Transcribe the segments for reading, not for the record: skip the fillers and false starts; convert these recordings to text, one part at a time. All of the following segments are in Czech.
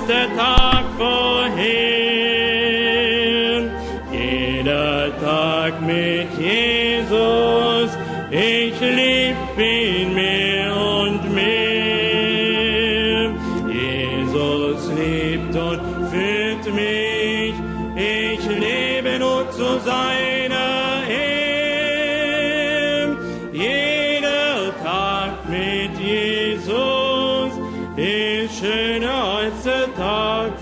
als der Tag vorher. Jeder Tag mit Jesus, ich lieb ihn mehr und mehr. Jesus liebt und führt mich, ich lebe nur zu seiner Ehre. Jeder Tag mit Jesus ist schöner als der Tag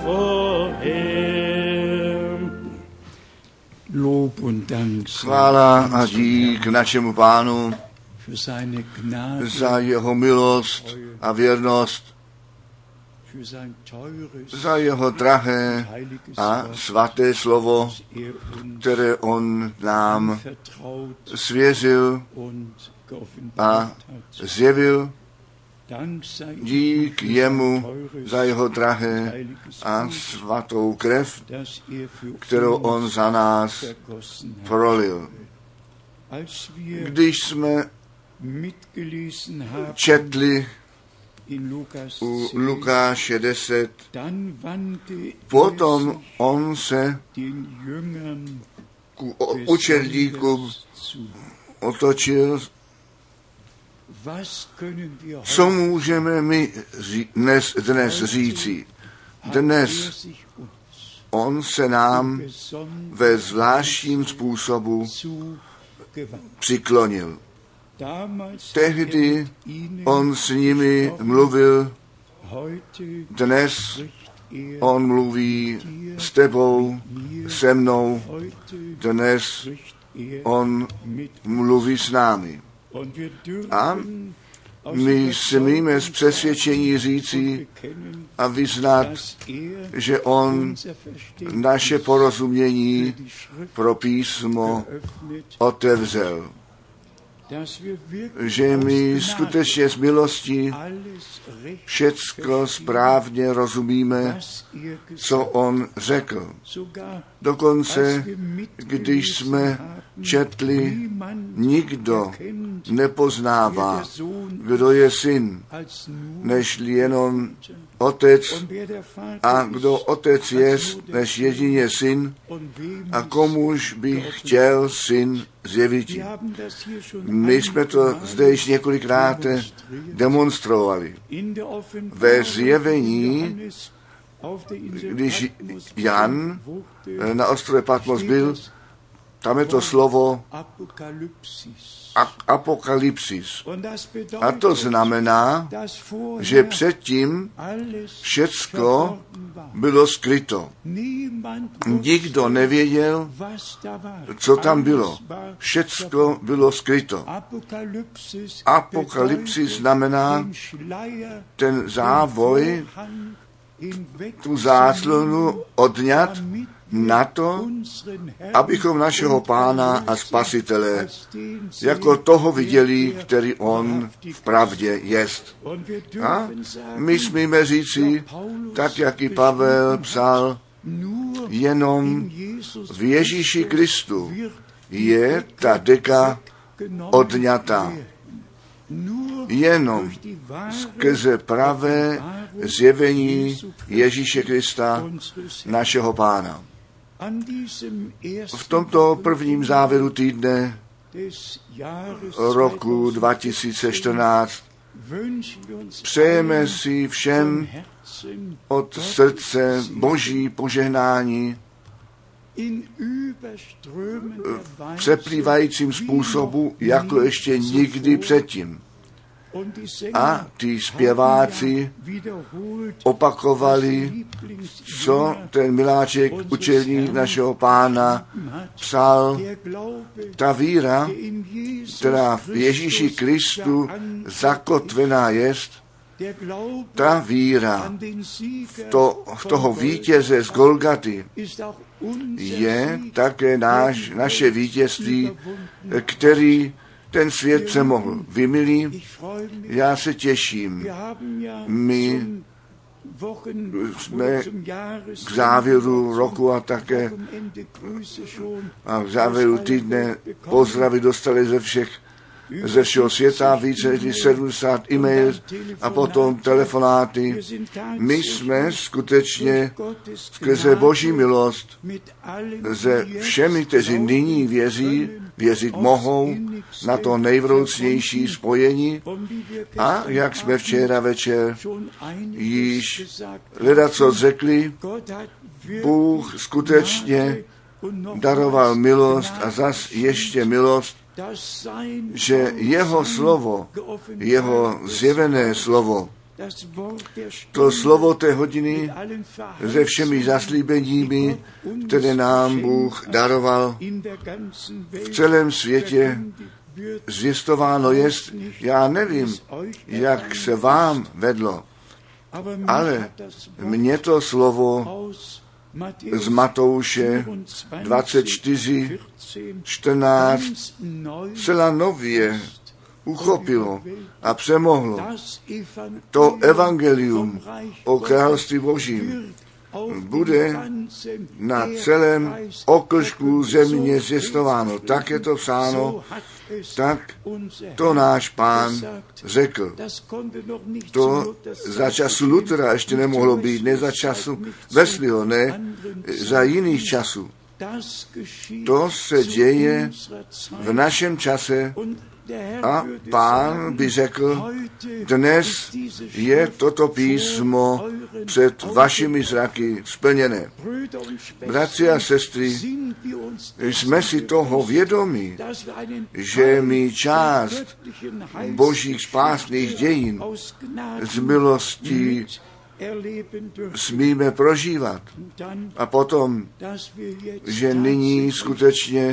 vorher. Lob und Dank Chvála a dík našemu Pánu für seine Gnade, za jeho milost a věrnost, für sein teures, za jeho drahé heiliges a Wort, svaté slovo, das uns které on nám vertraut svěřil und geoffenbart a hat. zjevil. Dank sei ihm Dík für jemu sein teures, za jeho drahé heiliges a Blut, svatou krev, das für kterou uns on za nás vergossen hat. prolil. Als wir Když jsme mitgelesen haben četli in Lukas u 10, Lukáše 10, dann wandte potom sich on se den Jüngern k učedníkům zu. otočil. Was können wir Co heute můžeme my dnes říci? Dnes sich uns on se nám besonders ve zvláštním způsobu zugewandt? přiklonil. Damals Tehdy hat ihnen on s nimi mluvil, heute dnes spricht on mluví s tebou, se mnou, heute dnes spricht on mit mluví s námi. und wir A dürfen aus my smíme z přesvědčení říci bekennen, a vyznat, dass že on unser Verständnis naše porozumění die Schrift pro písmo geöffnet, otevřel. dass wir wirklich Že aus my Gnade skutečně z milosti alles recht všecko správně rozumíme, was gesagt, co on řekl. sogar Dokonce, als wir když mitgelesen jsme haben, četli, niemand nikdo erkennt, nepoznává, wer der Sohn kdo je syn, als nur nežli jenom otec, und wer der Vater a ist, kdo otec je, als nur der než jedině syn, und wem a es komuž by chtěl syn zjevit. Wir haben das hier schon My jsme to einmal zde již několikrát demonstrovali. in der Ve Offenbarung zjevení, Johannes auf der Insel když Patmos Jan wurde, na ostrově Patmos byl, tam je to slovo Apokalypsis. apokalypsis. Und das bedeutet, A to znamená, dass vorher že předtím alles všecko verborgen war. bylo skryto. Niemand Nikdo wusste, nevěděl, was da war. co tam bylo. Alles war Všecko bylo skryto. Apokalypsis Apokalypsis bedeutet, znamená den Schleier, ten závoj, den Vorhang hinweg tu záclonu odňat damit na to, unseren Herrn abychom našeho und Pána a Erlöser Spasitele als den jako sehen, toho der viděli, er který on wahrhaftig v pravdě jest. Und wir A dürfen sagen, my smíme říci, tak jak i Pavel psal, nur jenom in Jesus v Ježíši Kristu wird je ta deka genommen odňata. werden. Nur Jenom durch die wahre skrze pravé Offenbarung zjevení Jesu Christi, Ježíše Krista, unseres Herrn. našeho Pána. An diesem ersten V tomto prvním závěru týdne des Jahres roku 2014 wünschen wir uns přejeme allen si von všem Herzen od srdce Boží požehnání in überströmender Weise přeplývajícím způsobu, jako ještě nikdy předtím. Und die Sänger A ty zpěváci haben ja wiederholt opakovali, co ten miláček, učedník našeho Pána, psal. der Glaube, Ta víra, der in Jesus která v Ježíši Christus Kristu verankert ist, zakotvená jest, der Glaube ta víra an den Sieger v toho vítěze z Golgaty ist auch unser je Sieg, také naše vítězství, který ten svět přemohl. Vy, milí, Ich freue mich, já se těším. wir haben ja My zum jsme k závěru roku a také Wochenende Grüße schon a k závěru týdne pozdravy dostali ze všech ze všeho světa, více než 70 e-mail a potom telefonáty. My jsme skutečně skrze Boží milost se všemi, kteří nyní věřit mohou na to nejvroucnější spojení. A jak jsme včera večer již ledacos řekli, Bůh skutečně daroval milost a zas ještě milost, že jeho slovo, jeho zjevené slovo, to slovo té hodiny se všemi zaslíbeními, které nám Bůh daroval, v celém světě zvěstováno jest. Já nevím, jak se vám vedlo, ale mně to slovo z Matouše 24:14 celá nově uchopilo a přemohlo. To evangelium o království Božím bude na celém oklšku země zvěstováno. Tak je to psáno, tak to náš Pán řekl. To za času Luthera ještě nemohlo být, ne za času Wesleyho, ne za jiných časů. To se děje v našem čase a Pán by řekl, dnes je toto písmo před vašimi zraky splněné. Bratři a sestry, jsme si toho vědomi, že my část božích spásných dějin z milostí smíme prožívat. A potom, že nyní skutečně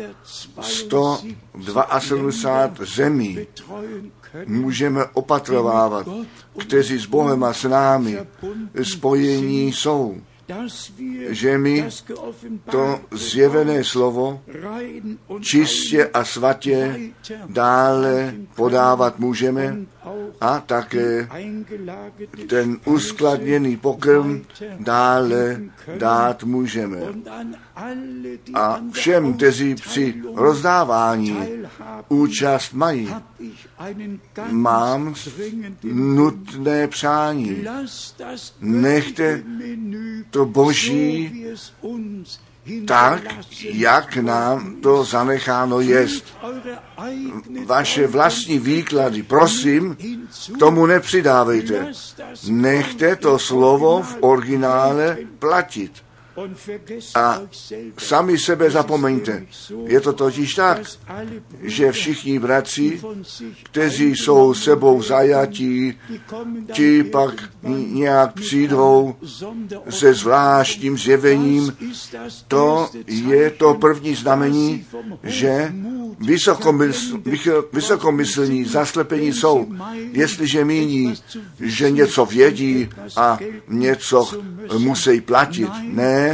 172 zemí můžeme opatrovávat, kteří s Bohem a s námi spojení jsou. Že my to zjevené slovo čistě a svatě dále podávat můžeme a také ten uskladněný pokrm dále dát můžeme. A všem, kteří při rozdávání účast mají, mám nutné přání. Nechte to Boží tak, jak nám to zanecháno jest. Vaše vlastní výklady, prosím, k tomu nepřidávejte. Nechte to slovo v originále platit. A sami sebe zapomeňte. Je to totiž tak, že všichni bratři, kteří jsou sebou zajatí, ti pak nějak přijdou se zvláštním zjevením. To je to první znamení, že vysokomyslní zaslepení jsou. Jestliže míní, že něco vědí a něco musí platit. Ne,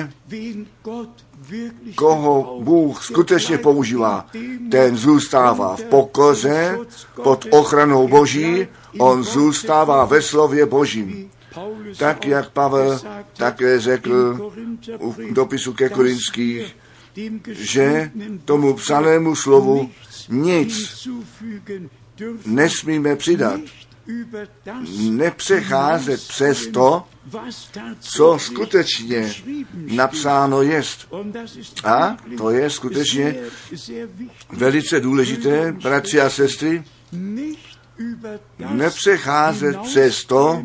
koho Bůh skutečně používá, ten zůstává v pokoře pod ochranou Boží, on zůstává ve slově Božím. Tak, jak Pavel také řekl v dopisu ke Korinských, že tomu psanému slovu nic nesmíme přidat, nepřecházet přes to, co skutečně napsáno jest. A to je skutečně velice důležité, bratři a sestry, nepřecházet přes to,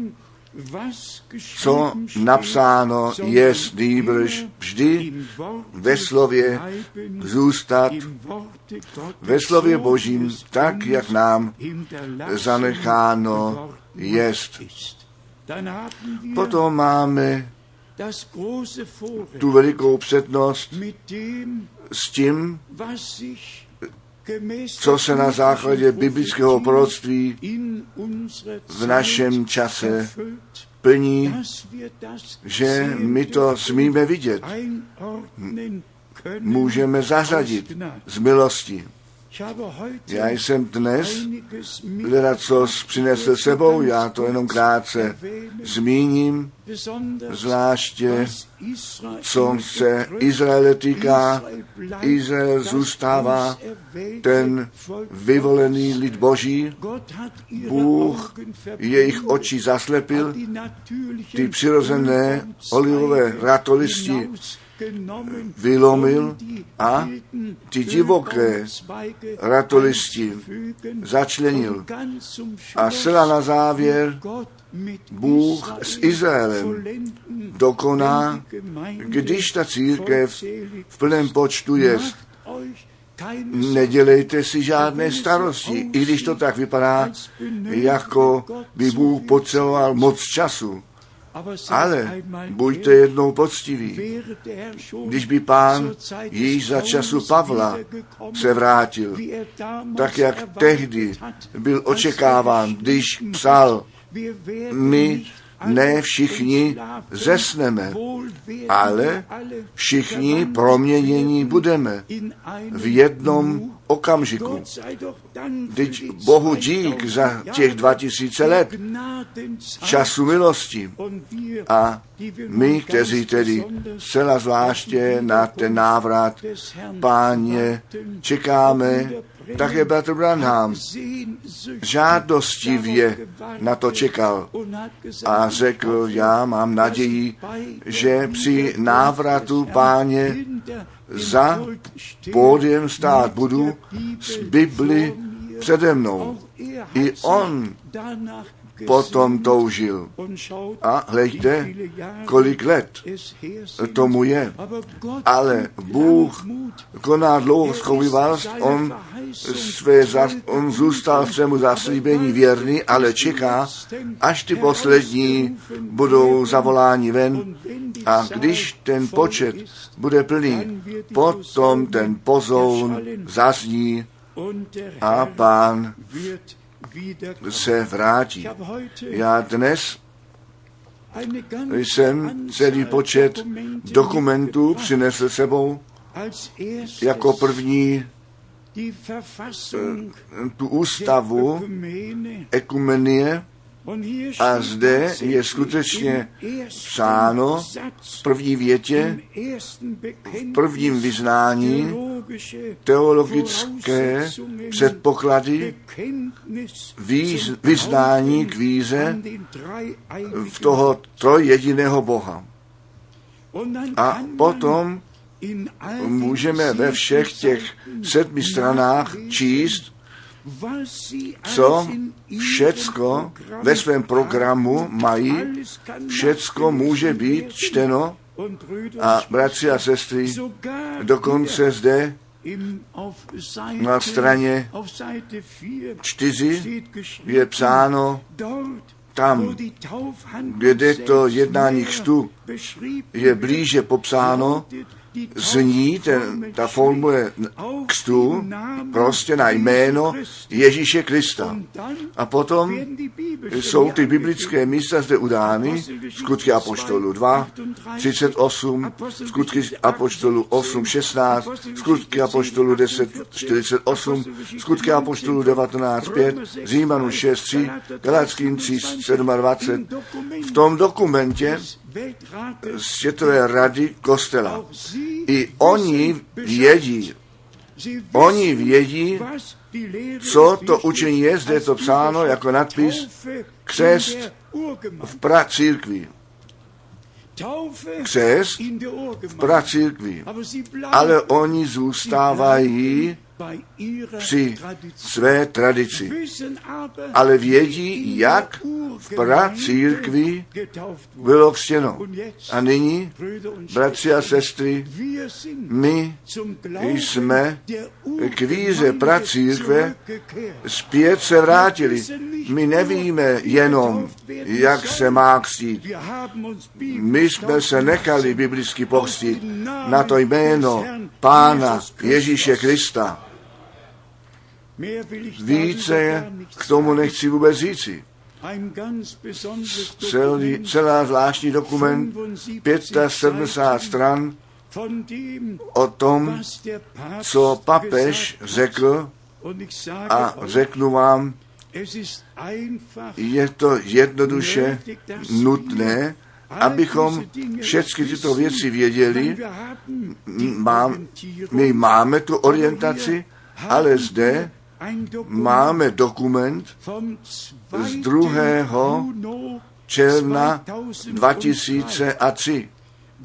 co napsáno jest, nýbrž vždy ve slově zůstat, ve slově Božím, tak, jak nám zanecháno jest. Potom máme tu velikou přednost s tím, co se na základě biblického proroctví v našem čase plní, že my to smíme vidět. Můžeme zařadit z milosti. Já jsem dnes ledacos přinesl sebou, já to jenom krátce zmíním, zvláště co se Izraele týká. Izrael zůstává ten vyvolený lid Boží. Bůh jejich oči zaslepil, ty přirozené olivové ratolisti vylomil a ty divoké ratolisti začlenil. A zcela na závěr Bůh s Izraelem dokoná, když ta církev v plném počtu jest. Nedělejte si žádné starosti, i když to tak vypadá, jako by Bůh potřeboval moc času. Ale buďte jednou poctiví. Když by Pán již za času Pavla se vrátil, tak jak tehdy byl očekáván, když psal, my ne všichni zesneme, ale všichni proměnění budeme v jednom okamžiku. Teď Bohu dík za těch 2000 let času milosti. A my, kteří tedy zcela zvláště na ten návrat Páně čekáme, také bratr Branham žádostivě na to čekal a řekl, já mám naději, že při návratu Páně za pódiem stát budu s Bibli přede mnou. I on potom toužil. A hleďte, kolik let tomu je. Ale Bůh koná dlouhou schovivalost, on zůstal svému zaslíbení věrný, ale čeká, až ty poslední budou zavoláni ven. A když ten počet bude plný, potom ten pozoun zazní a Pán se vrátí. Já dnes jsem celý počet dokumentů přinesl sebou, jako první tu ústavu ekumenie, a zde je skutečně psáno v první větě, v prvním vyznání, teologické předpoklady, vyznání k víře v toho trojjediného Boha. A potom můžeme ve všech těch 7 stranách číst, co všecko ve svém programu mají, všecko může být čteno a bratři a sestry, dokonce zde na straně 4 je psáno, tam, kde to jednání křtu je blíže popsáno, zní ta formule křtu prostě na jméno Ježíše Krista. A potom jsou ty biblické místa zde udány, Skutky apoštolů 2, 38, Skutky apoštolů 8, 16, Skutky apoštolů 10, 48, Skutky apoštolů 19, 5, Římanům 6, 3, Galackým 3, 27. V tom dokumentě Světové rady kostela. I oni vědí, co to učení je, zde je to psáno jako nadpis křest v pracírkvi. Křest v pracírkvi. Ale oni zůstávají při své tradici. Ale vědí, jak v pracírkvi bylo křtěno. A nyní, bratři a sestry, my jsme k víře pracírkve zpět se vrátili. My nevíme jenom, jak se má křtít. My jsme se nechali biblicky pokřtít na to jméno Pána Ježíše Krista. Více k tomu nechci vůbec říci. Celá zvláštní dokument, 75 stran o tom, co papež řekl A řeknu vám, je to jednoduše nutné, abychom všechny tyto věci věděli. My máme tu orientaci, ale zde máme dokument z 2. června 2003.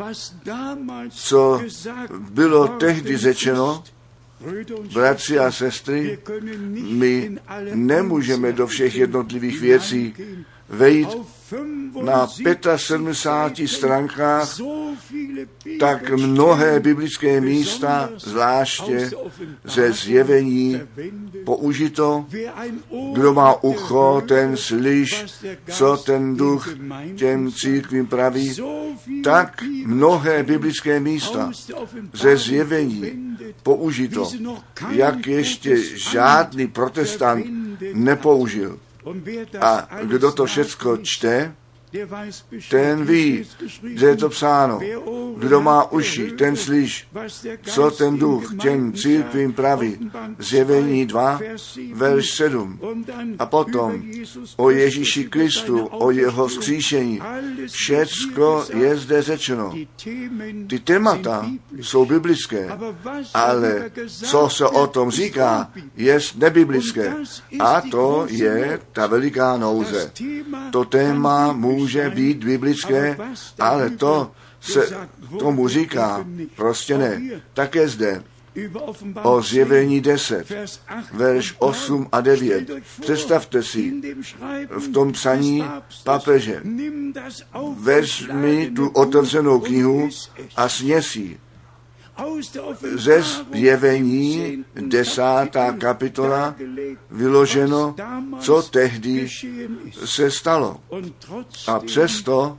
Co bylo tehdy řečeno, bratři a sestry, my nemůžeme do všech jednotlivých věcí vejít. Na 75 stránkách tak mnohé biblické místa, zvláště ze Zjevení, použito. Kdo má ucho, ten slyš, co ten duch těm církvím praví. Tak mnohé biblické místa ze Zjevení použito, jak ještě žádný protestant nepoužil. A kdo to všecko čte, ten ví, že je to psáno. Kdo má uši, ten slyš, co ten duch těm církvím praví. Zjevení 2, verš 7. A potom o Ježíši Kristu, o jeho vzkříšení. Všecko je zde řečeno. Ty témata jsou biblické, ale co se o tom říká, je nebiblické. A to je ta veliká nouze. To téma může být biblické, ale to se tomu říká prostě ne. Také zde o Zjevení 10, verš 8 a 9. Představte si, v tom psaní papeže, vezmi tu otevřenou knihu a sněsi. Ze Zjevení 10. kapitola vyloženo, co tehdy se stalo. A přesto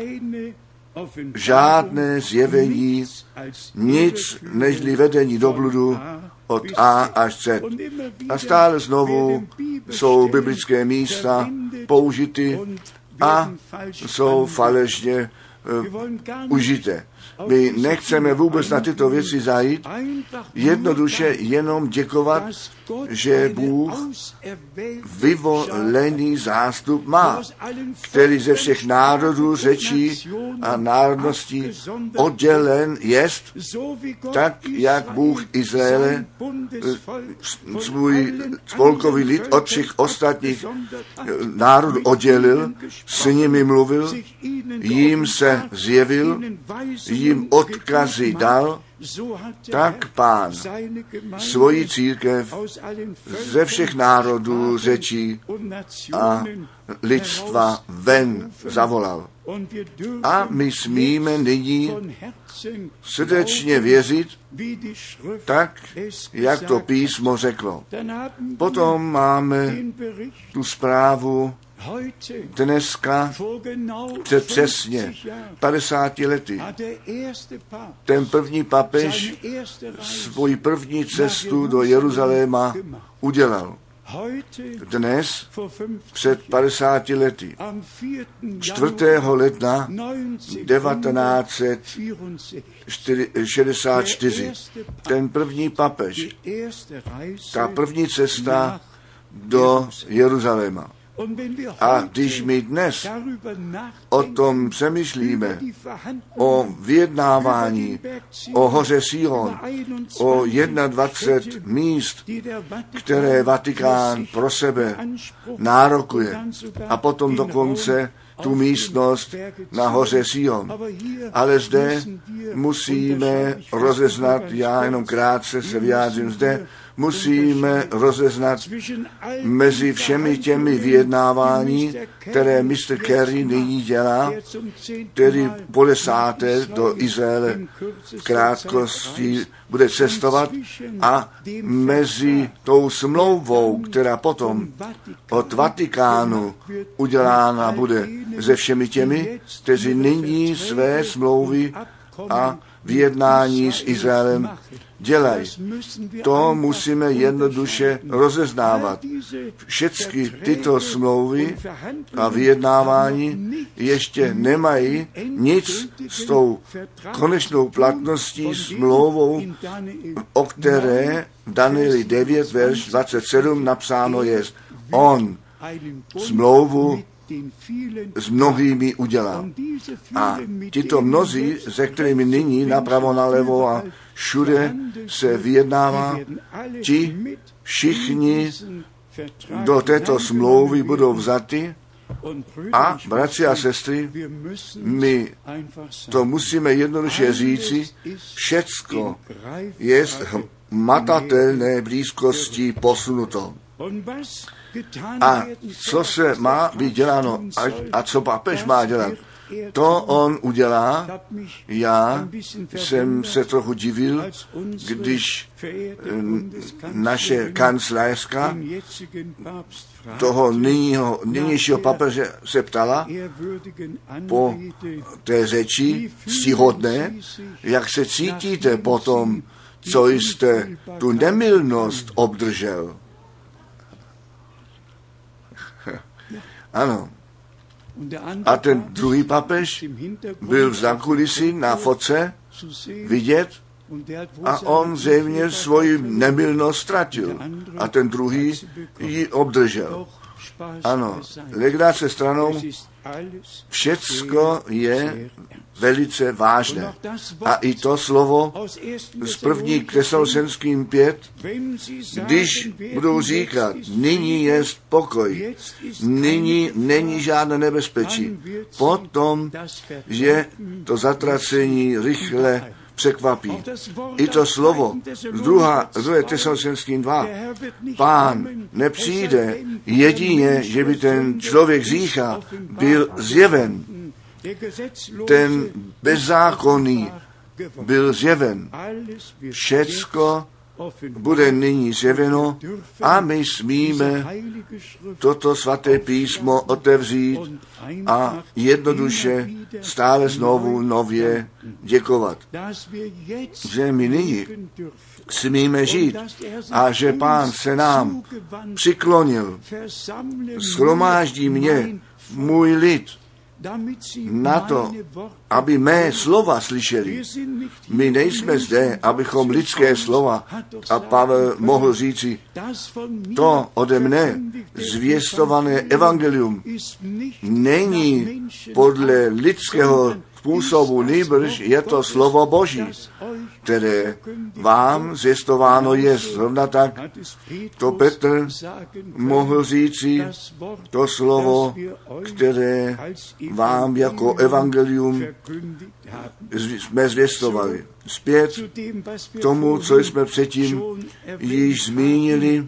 žádné zjevení, nic nežli vedení do bludu od A až Z. A stále znovu jsou biblické místa použity a jsou falešně užité. My nechceme vůbec na tyto věci zajít, jednoduše jenom děkovat, že Bůh vyvolený zástup má, který ze všech národů, řečí a národností oddělen jest, tak jak Bůh Izraele svůj spolkový lid od všech ostatních národů oddělil, s nimi mluvil, jim se zjevil, jim odkazy dal, tak Pán svoji církev ze všech národů, řečí a lidstva ven zavolal. A my smíme nyní srdečně věřit, tak, jak to písmo řeklo. Potom máme tu zprávu dneska před přesně 50 lety. Ten první papež svoji první cestu do Jeruzaléma udělal. Dnes před 50 lety, 4. ledna 1964, ten první papež, ta první cesta do Jeruzaléma. A když my dnes o tom přemýšlíme, o vyjednávání, o hoře Sion, o 21 míst, které Vatikán pro sebe nárokuje, a potom dokonce tu místnost na hoře Sion. Ale zde musíme rozeznat, já jenom krátce se vyjádřím zde, musíme rozeznat mezi všemi těmi vyjednávání, které Mr. Kerry nyní dělá, který po 10. do Izraele v krátkosti bude cestovat, a mezi tou smlouvou, která potom od Vatikánu udělána bude se všemi těmi, kteří nyní své smlouvy a v jednání s Izraelem dělají. To musíme jednoduše rozeznávat. Všechny tyto smlouvy a vyjednávání ještě nemají nic s tou konečnou platností smlouvou, o které v Danieli 9, verš 27 napsáno je. On smlouvu s mnohými udělal. A tito mnozí, se kterými nyní napravo, nalevo a všude se vyjednává, ti všichni do této smlouvy budou vzaty. A bratři a sestry, my to musíme jednoduše říci, všecko je hmatatelné blízkosti posunuto. A co se má být děláno a co papež má dělat, to on udělá. Já jsem se trochu divil, když naše kancléřka toho nynějšího papeže se ptala po té řeči ctihodné, jak se cítíte po tom, co jste tu nemilnost obdržel. Ano. A ten druhý papež byl v zákulisí na fotce vidět a on zjevně svoji nemilnost ztratil. A ten druhý ji obdržel. Ano, legrace stranou, všecko je velice vážné. A i to slovo z 1. Tesalonickým 5, když budou říkat, nyní je pokoj, nyní není žádné nebezpečí, potom, že to zatracení rychle překvapí. I to slovo z 2. Tesalonickým 2. Pán nepřijde jedině, že by ten člověk řícha byl zjeven. Ten bezzákonný byl zjeven. Všecko bude nyní zjeveno a my smíme toto svaté písmo otevřít a jednoduše stále znovu nově děkovat. Že my nyní smíme žít a že Pán se nám přiklonil, shromáždí mě, můj lid, na to, aby mé slova slyšeli. My nejsme zde, abychom lidské slova, a Pavel mohl říci, to ode mne zvěstované evangelium není podle lidského způsobu, nýbrž je to slovo Boží, které vám zvěstováno je. Zrovna tak to Petr mohl říci, to slovo, které vám jako evangelium jsme zvěstovali. Zpět k tomu, co jsme předtím již zmínili,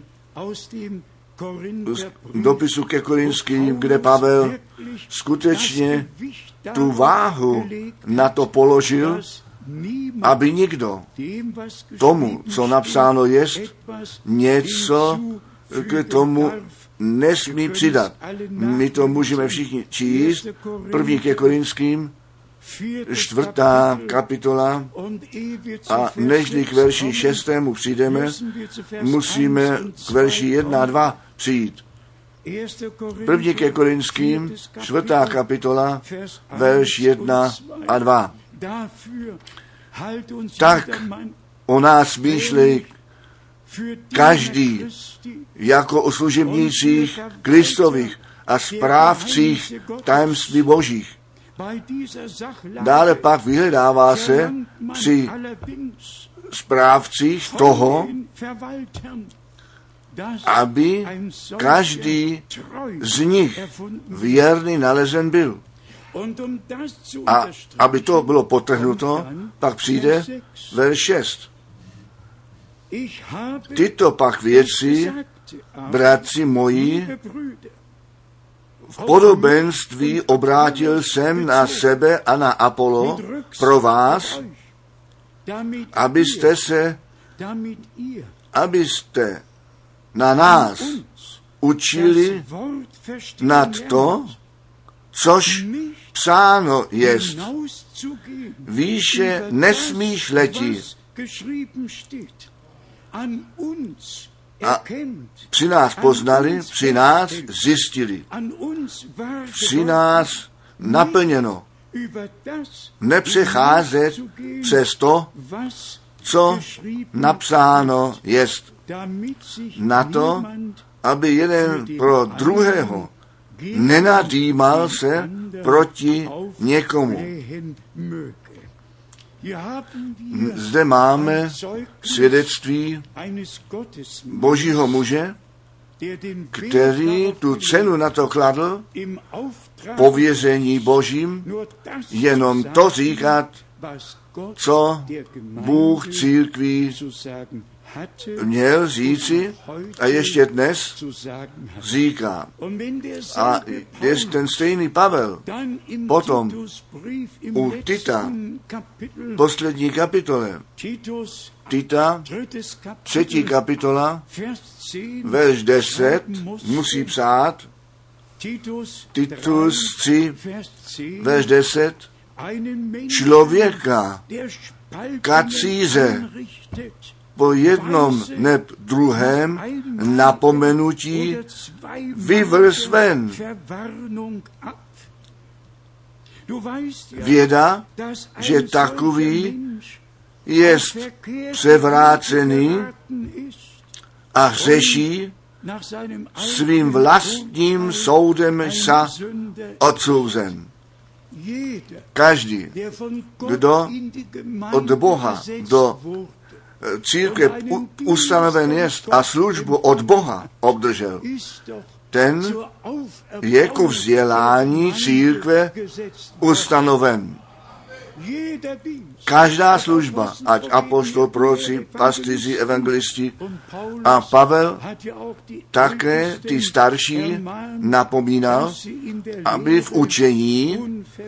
z dopisu ke Korinským, kde Pavel skutečně tu váhu na to položil, aby nikdo tomu, co napsáno jest, něco k tomu nesmí přidat. My to můžeme všichni číst. 1. ke Korinským, 4. kapitola, a nežli k verši 6. přijdeme, musíme k verši 1 a 2 přijít. 1. ke Korinským, 4. kapitola, verš 1 a 2. Tak o nás myšlej každý jako o služebnících Kristových a správcích tajemství Božích. Dále pak vyhledává se při správcích toho, aby každý z nich věrný nalezen byl. A aby to bylo podtrhnuto, pak přijde verš 6. Tyto pak věci, bratři moji, v podobenství obrátil jsem na sebe a na Apollo pro vás, abyste na nás učili nad to, což psáno jest, výše nesmíš letit. A při nás poznali, při nás zjistili, při nás naplněno. Nepřecházet přes to, co napsáno jest, na to, aby jeden pro druhého nenadýmal se proti někomu. Zde máme svědectví Božího muže, který tu cenu na to kladl, pověření Božím, jenom to říkat, co Bůh církví měl říci a ještě dnes říká. A jest ten stejný Pavel potom u Tita, poslední kapitole, Tita, 3. kapitola, verš 10, musí psát, Titus 3, verš 10, člověka, kacíře, po jednom neb druhém napomenutí vyvrz ven. Věda, že takový jest převrácený a hřeší, svým vlastním soudem sa odsouzen. Každý, kdo od Boha do církev ustanoven jest a službu od Boha obdržel, ten je ku vzdělání církve ustanoven. Každá služba, ať apoštol, proroci, pastýři, evangelisti a Pavel také ty starší napomínal, aby v učení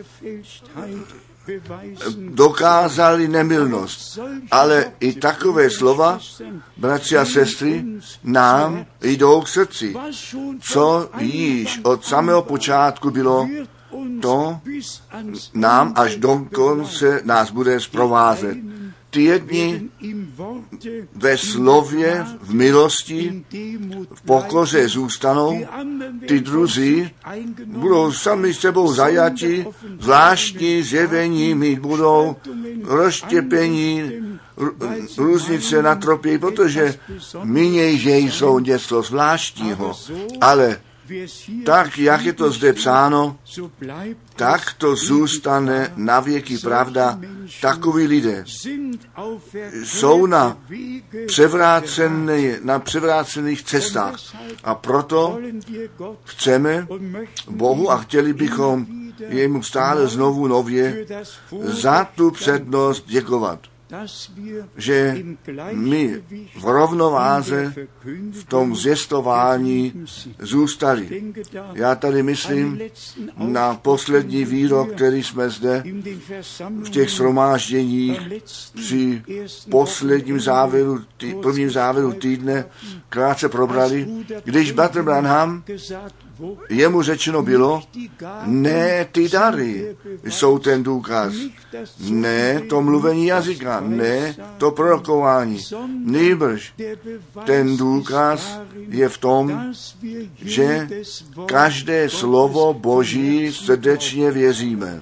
dokázali nemylnost. Ale i takové slova, bratři a sestry, nám jdou k srdci. Co již od samého počátku bylo, to nám až do konce nás bude zprovázet. Ty jedni ve slově, v milosti, v pokoře zůstanou, ty druzí budou sami s sebou zajati, zvláštní zjevení mít budou, rozštěpení, různice na tropě, protože míněj, že jsou něco zvláštního, ale tak, jak je to zde psáno, tak to zůstane na věky pravda. Takoví lidé jsou na převrácených cestách. A proto chceme Bohu a chtěli bychom jemu stále znovu nově za tu přednost děkovat, že my v rovnováze v tom zvěstování zůstali. Já tady myslím na poslední výrok, který jsme zde v těch shromážděních při posledním závěru, prvním závěru týdne krátce probrali, když bratr Branham, jemu řečeno bylo, ne ty dary jsou ten důkaz, ne to mluvení jazyka, ne to prorokování. Nýbrž ten důkaz je v tom, že každé slovo Boží srdečně věříme.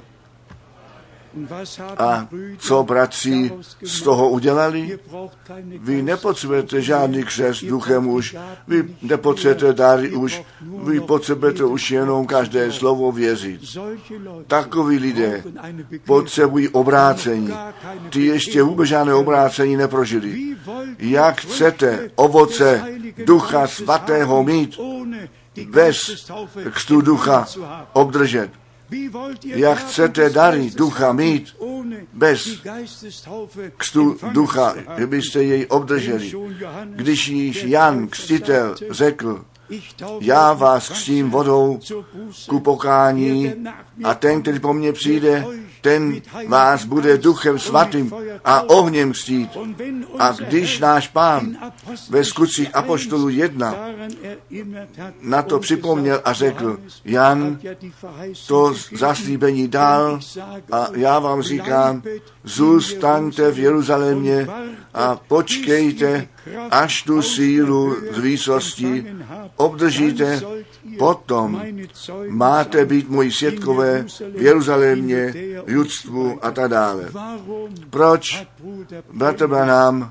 A co bratři z toho udělali? Vy nepotřebujete žádný křest duchem už, vy nepotřebujete dary už, vy potřebujete už jenom každé slovo věřit. Takoví lidé potřebují obrácení. Ty ještě vůbec žádné obrácení neprožili. Jak chcete ovoce Ducha Svatého mít bez křtu ducha obdržet? Jak chcete dary ducha mít bez křtu ducha, že byste jej obdrželi? Když již Jan Křtitel řekl, já vás křtím vodou ku pokání a ten, který po mně přijde, ten vás bude Duchem Svatým a ohněm křtít. A když náš Pán ve Skutcích apoštolů 1 na to připomněl a řekl, Jan to zaslíbení dal a já vám říkám, zůstaňte v Jeruzalémě a počkejte, až tu sílu z výsosti obdržíte, potom máte být moji svědkové v Jeruzalémě, Judstvu a tak dále. Proč bratr Branham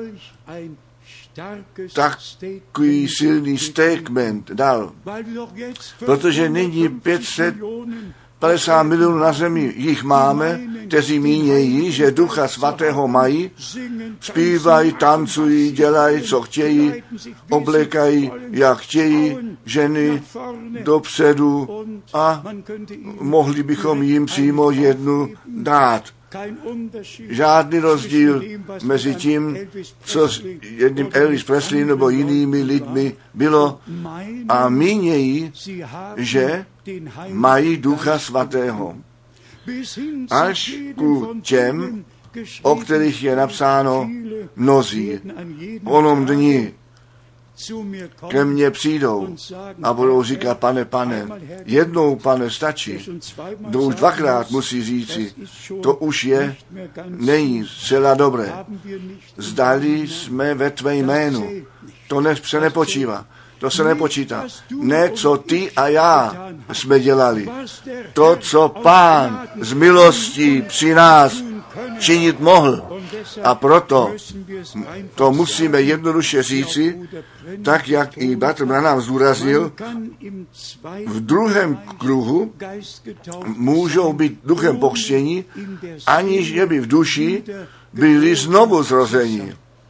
takový silný statement dal? Protože nyní 550 milionů na zemi jich máme, kteří mínějí, že Ducha Svatého mají, zpívají, tancují, dělají, co chtějí, oblekají, jak chtějí, ženy dopředu a mohli bychom jim přímo jednu dát. Žádný rozdíl mezi tím, co s jedním Elvis Presley nebo jinými lidmi bylo a mínějí, že mají Ducha Svatého. Až ku těm, o kterých je napsáno mnozí, onom dni ke mně přijdou a budou říkat, pane, jednou, pane, stačí. To už dvakrát musí říci, to už není zcela dobré. Zdali jsme ve tvé jménu. To se nepočívá. To se nepočítá. Ne, co ty a já jsme dělali. To, co Pán z milostí při nás činit mohl. A proto to musíme jednoduše říci, tak jak i bratr Branham zdůraznil, v druhém kruhu můžou být duchem pokřtění, aniž by v duši byli znovu zrozeni.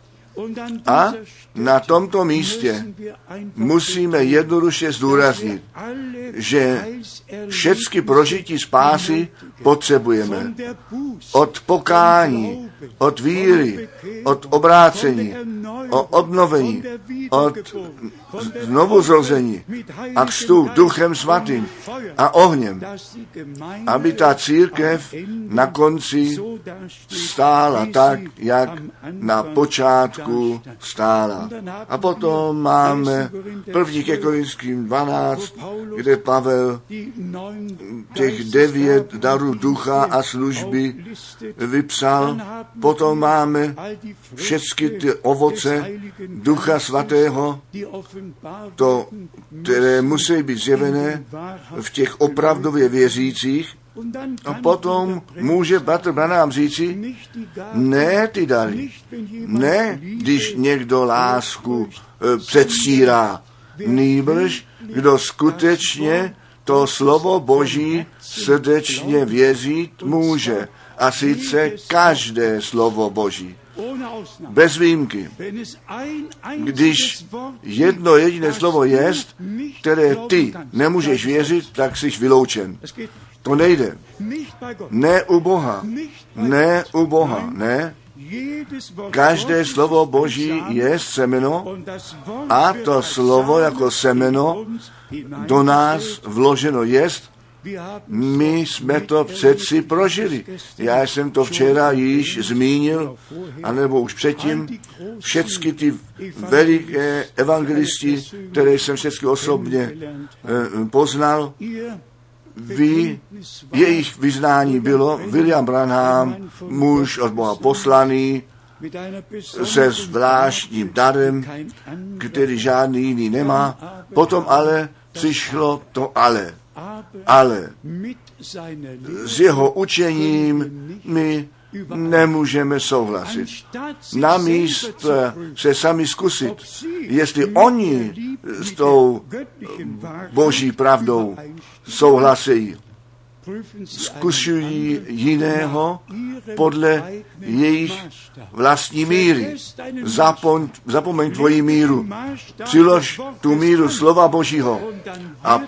A na tomto místě musíme jednoduše zdůraznit, že všechny prožití spásy potřebujeme. Od pokání, od víry, od obrácení, od obnovení, od znovuzrození a křtu Duchem Svatým a ohněm, aby ta církev na konci stála tak, jak na počátku stála. A potom máme 1. Korinským 12, kde Pavel těch 9 darů ducha a služby vypsal. Potom máme všechny ty ovoce Ducha Svatého, které musí být zjevené v těch opravdově věřících. A potom může bratr Branham říci, ne ty dary, ne když někdo lásku předstírá, nýbrž kdo skutečně to slovo Boží srdečně věřit může. A sice každé slovo Boží. Bez výjimky. Když jedno jediné slovo je, které ty nemůžeš věřit, tak jsi vyloučen. To nejde. Ne u Boha. Ne u Boha. Ne. Každé slovo Boží je semeno a to slovo jako semeno do nás vloženo jest. My jsme to přeci prožili. Já jsem to včera již zmínil, anebo už předtím. Všechny ty veliké evangelisti, které jsem všechny osobně poznal, jejich vyznání bylo William Branham, muž od Boha poslaný, se zvláštním darem, který žádný jiný nemá. Potom ale přišlo to ale. Ale s jeho učením my nemůžeme souhlasit. Namísto se sami zkusit, jestli oni s tou Boží pravdou souhlasí. Zkušují jiného podle jejich vlastní míry. Zapomeň tvoji míru. Přilož tu míru slova Božího a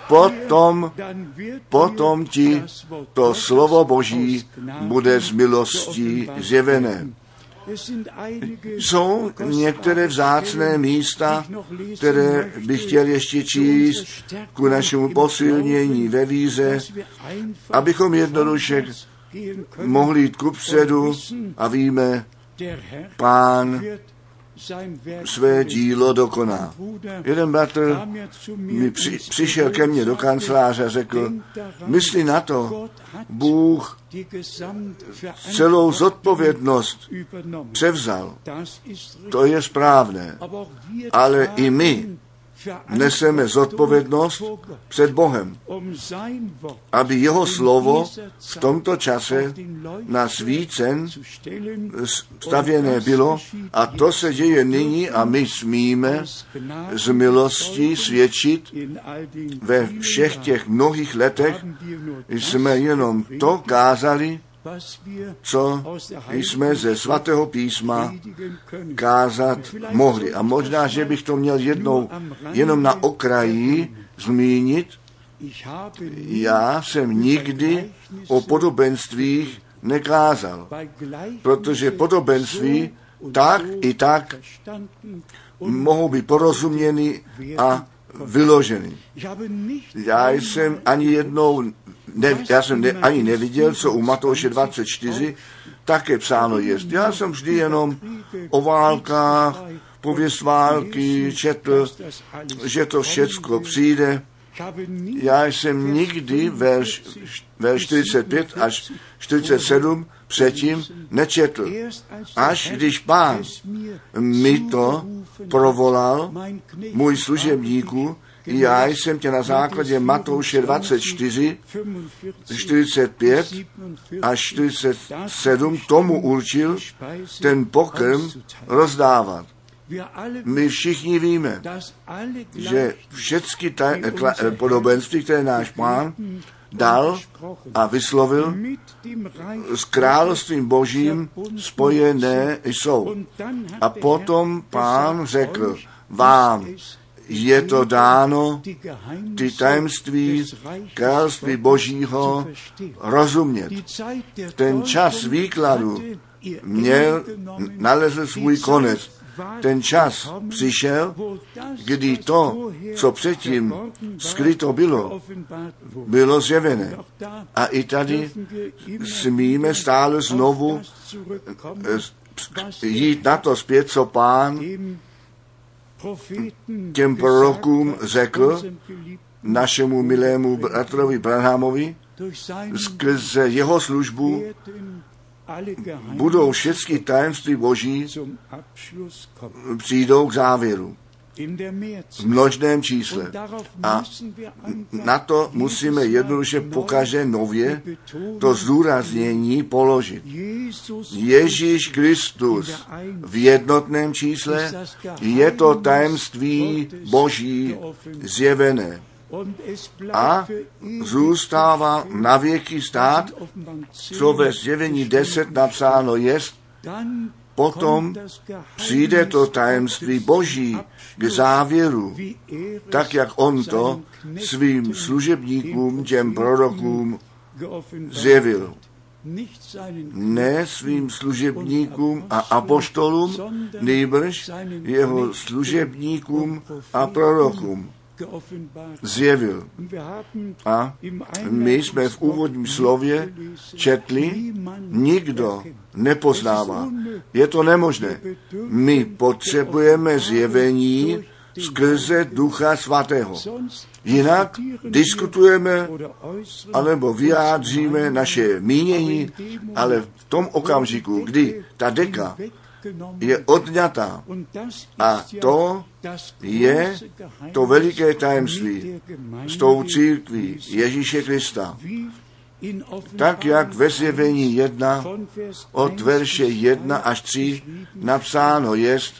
potom ti to slovo Boží bude z milostí zjevené. Jsou některé vzácné místa, které bych chtěl ještě číst ku našemu posilnění ve víře, abychom jednoduše mohli jít kupředu a víme, Pán své dílo dokoná. Jeden bratr mi přišel ke mně do kanceláře a řekl, mysli na to, Bůh celou zodpovědnost převzal. To je správné. Ale i my neseme zodpovědnost před Bohem, aby jeho slovo v tomto čase na svícen stavěné bylo a to se děje nyní a my smíme z milosti svědčit. Ve všech těch mnohých letech jsme jenom to kázali, co jsme ze svatého písma kázat mohli. A možná, že bych to měl jednou jenom na okraji zmínit. Já jsem nikdy o podobenstvích nekázal, protože podobenství tak i tak mohou být porozuměny a vyloženy. Já jsem ani neviděl, co u Matouše 24 také psáno je. Já jsem vždy jenom o válkách, pověst války četl, že to všecko přijde. Já jsem nikdy verš 45 až 47 předtím nečetl. Až když Pán mi to provolal, můj služebníku, já jsem tě na základě Matouše 24, 45 až 47 tomu určil ten pokrm rozdávat. My všichni víme, že všechny podobenství, které náš Pán dal a vyslovil, s královstvím Božím spojené jsou. A potom Pán řekl, vám je to dáno ty tajemství království Božího rozumět. Ten čas výkladu nalezl svůj konec. Ten čas přišel, kdy to, co předtím skryto bylo zjevené. A i tady smíme stále znovu jít na to zpět, co Pán těm prorokům řekl, našemu milému bratrovi Branhamovi, skrze jeho službu budou všechny tajemství Boží přijdou k závěru v množném čísle. A na to musíme jednoduše pokaždé nově to zdůraznění položit. Ježíš Kristus v jednotném čísle je to tajemství Boží zjevené. A zůstává na věky stát, co ve Zjevení 10 napsáno jest, potom přijde to tajemství Boží k závěru, tak jak on to svým služebníkům, těm prorokům zjevil. Ne svým služebníkům a apoštolům, nýbrž jeho služebníkům a prorokům zjevil. A my jsme v úvodním slově četli, nikdo nepoznává. Je to nemožné. My potřebujeme zjevení skrze Ducha Svatého. Jinak diskutujeme alebo vyjádříme naše mínění, ale v tom okamžiku, kdy ta deka je odňatá, a to je to veliké tajemství s tou církví Ježíše Krista. Tak, jak ve Zjevení 1 od verše 1 až 3 napsáno jest,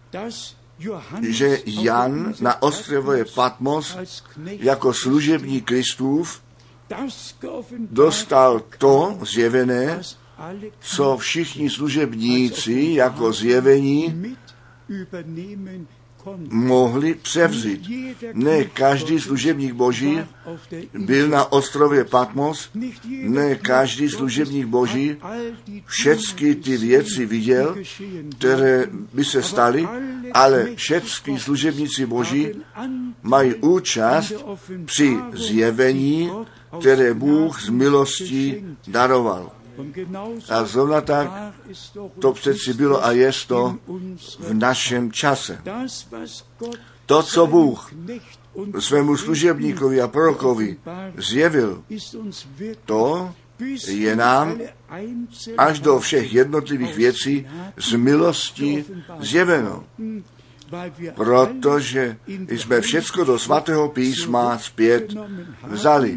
že Jan na ostrově Patmos jako služebník Kristův dostal to zjevené, co všichni služebníci jako zjevení mohli převzít. Ne každý služebník Boží byl na ostrově Patmos, ne každý služebník Boží všechny ty věci viděl, které by se staly, ale všechny služebníci Boží mají účast při zjevení, které Bůh z milostí daroval. A zrovna tak to přeci bylo a je to v našem čase. To, co Bůh svému služebníkovi a prorokovi zjevil, to je nám až do všech jednotlivých věcí z milosti zjeveno. Protože jsme všecko do svatého písma zpět vzali.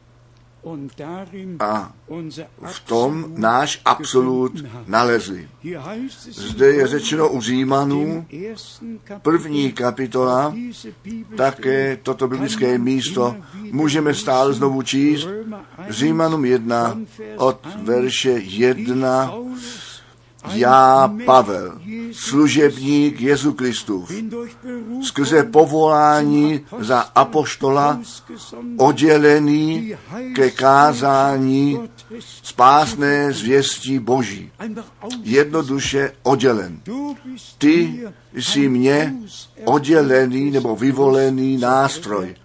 A v tom náš absolut nalezli. Zde je řečeno u Římanů, 1. kapitola, také toto biblické místo můžeme stále znovu číst. Římanům 1 od verše 1. Já, Pavel, služebník Jezu Kristův, skrze povolání za apoštola, oddělený ke kázání spásné zvěstí Boží. Jednoduše oddělen. Ty jsi mě oddělený nebo vyvolený nástroj.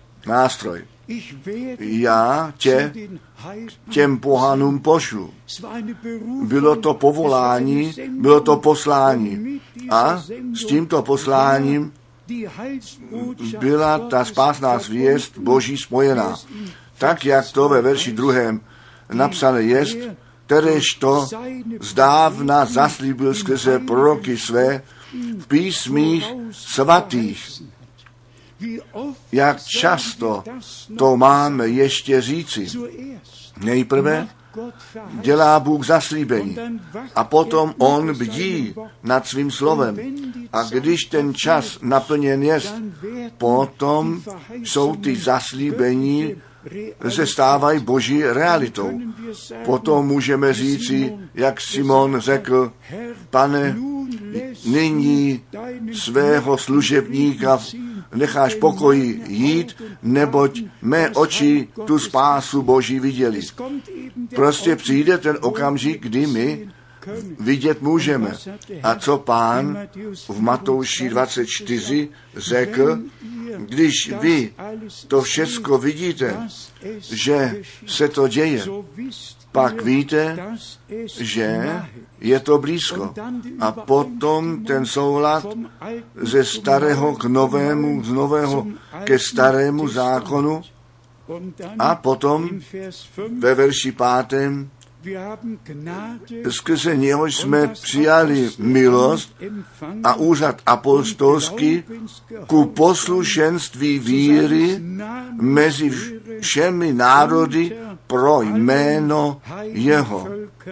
Já tě těm pohanům pošlu. Bylo to povolání, bylo to poslání. A s tímto posláním byla ta spásná zvěst Boží spojená. Tak, jak to ve verši 2. napsané jest, kteréž to zdávna zaslíbil skrze proroky své v písmích svatých. Jak často to máme ještě říci. Nejprve dělá Bůh zaslíbení a potom on bdí nad svým slovem. A když ten čas naplněn jest, potom jsou ty zaslíbení se stávají Boží realitou. Potom můžeme říci, jak Simon řekl, Pane, nyní svého služebníka necháš pokoji jít, neboť mé oči tu spásu Boží viděli. Prostě přijde ten okamžik, kdy my vidět můžeme. A co Pán v Matouši 24 řekl, když vy to všecko vidíte, že se to děje, pak víte, že je to blízko. A potom ten soulad ze starého k novému, z nového ke starému zákonu. A potom ve verši 5. skrze něhož jsme přijali milost a úřad apostolský ku poslušenství víry mezi všemi národy pro jméno jeho.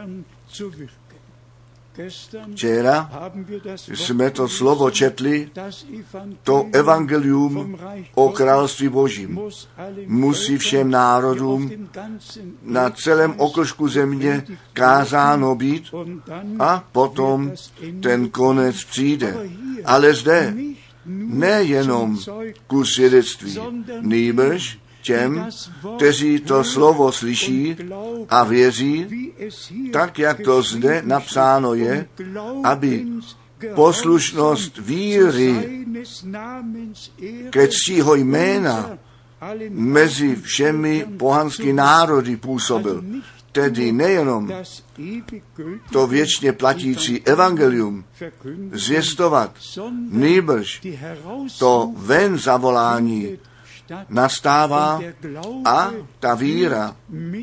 Včera jsme to slovo četli, to evangelium o království Božím musí všem národům na celém oklšku země kázáno být a potom ten konec přijde. Ale zde nejenom ku svědectví, nýbrž těm, kteří to slovo slyší a věří, tak jak to zde napsáno je, aby poslušnost víry ke cti jeho jména mezi všemi pohanskými národy působil. Tedy nejenom to věčně platící evangelium zvěstovat, nýbrž to ven zavolání nastává a ta víra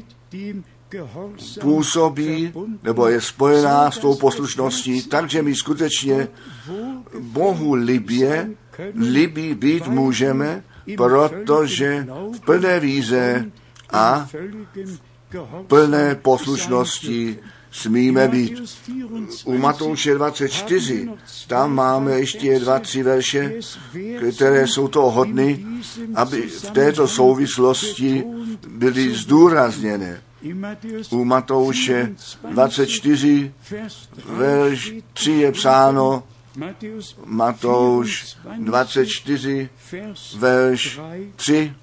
působí, nebo je spojená s tou poslušností, takže my skutečně Bohu libí být můžeme, protože v plné víře a plné poslušnosti smíme být. U Matouše 24, tam máme ještě 2-3 verše, které jsou toho hodny, aby v této souvislosti byly zdůrazněné. U Matouše 24, verš 3 je psáno, Matouš 24, verš 3.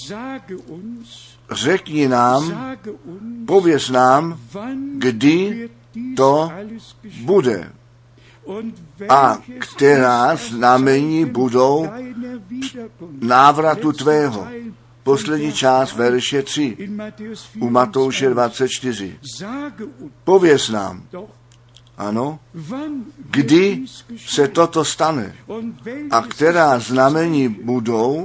Řekni nám, pověz nám, kdy to bude a která znamení budou návratu tvého. Poslední část verše 3 u Matouše 24. Pověz nám, ano, kdy se toto stane a která znamení budou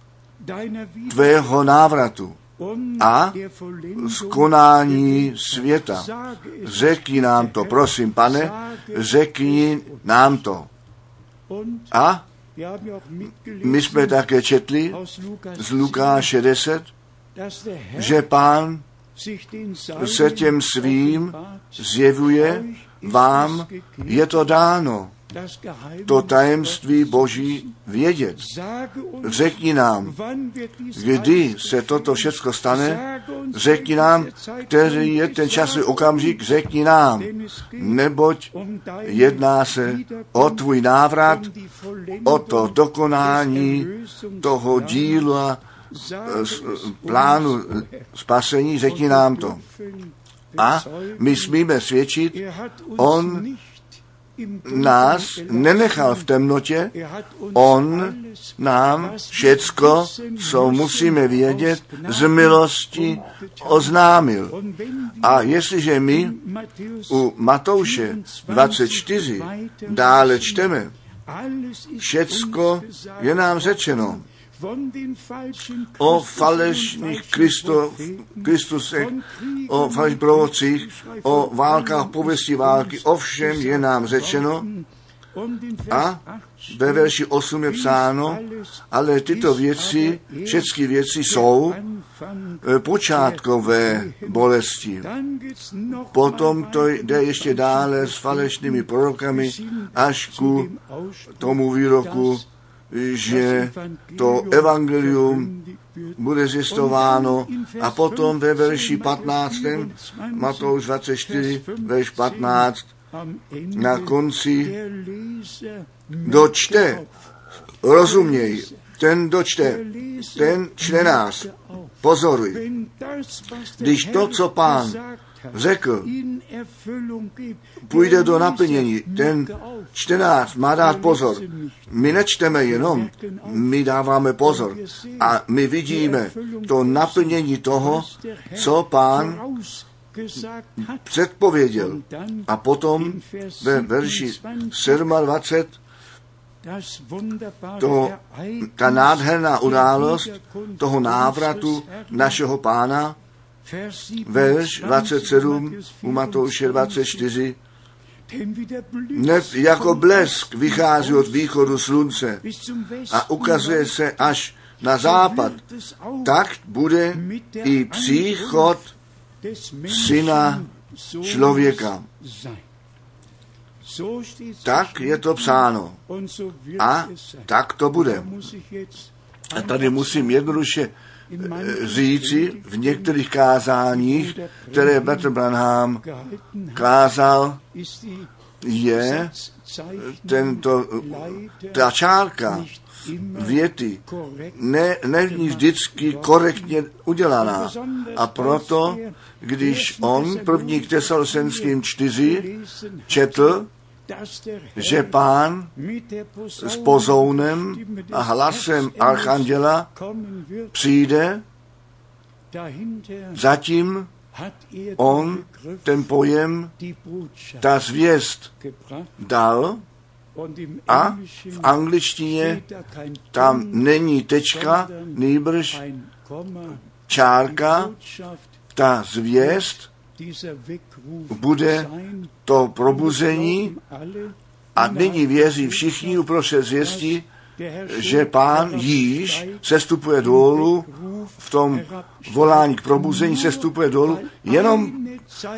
tvého návratu a skonání světa. Řekni nám to, prosím, Pane, řekni nám to. A my jsme také četli z Lukáše 10, že Pán se těm svým zjevuje, vám je to dáno, to tajemství Boží vědět. Řekni nám, kdy se toto všecko stane, řekni nám, který je ten časový okamžik, řekni nám, neboť jedná se o tvůj návrat, o to dokonání toho díla plánu spasení, řekni nám to. A my smíme svědčit, on nás nenechal v temnotě, on nám všecko, co musíme vědět, z milosti oznámil. A jestliže my u Matouše 24 dále čteme, všecko je nám řečeno o falešných Kristusech, o falešných prorocích, o válkách, pověsti války, o všem je nám řečeno a ve verši 8 je psáno, ale tyto věci, všechny věci jsou počátkové bolesti. Potom to jde ještě dále s falešnými prorokami až ku tomu výroku, že to evangelium bude zjistováno a potom ve verši 15. Matouš 24, verš 15, na konci dočte, rozuměj, ten dočte, ten čtenář, pozoruj, když to, co Pán řekl, půjde do naplnění, ten čtenář má dát pozor. My nečteme jenom, my dáváme pozor a my vidíme to naplnění toho, co Pán předpověděl. A potom ve verši 27 ta nádherná událost toho návratu našeho Pána, verš 27 u Matouše 24, jako blesk vychází od východu slunce a ukazuje se až na západ, tak bude i příchod Syna člověka. Tak je to psáno. A tak to bude. A tady musím jednoduše říci, v některých kázáních, které Bratr Branham kázal, je ta čárka věty není vždycky korektně udělaná. A proto, když on první k Tesalonickým 4 četl, že Pán s pozounem a hlasem archanděla přijde, zatím on ten pojem, ta zvěst dal a v angličtině tam není tečka, nýbrž čárka, ta zvěst bude to probuzení a nyní věří všichni uprostřed zvěsti, že Pán již sestupuje dolů, v tom volání k probuzení sestupuje dolů, jenom,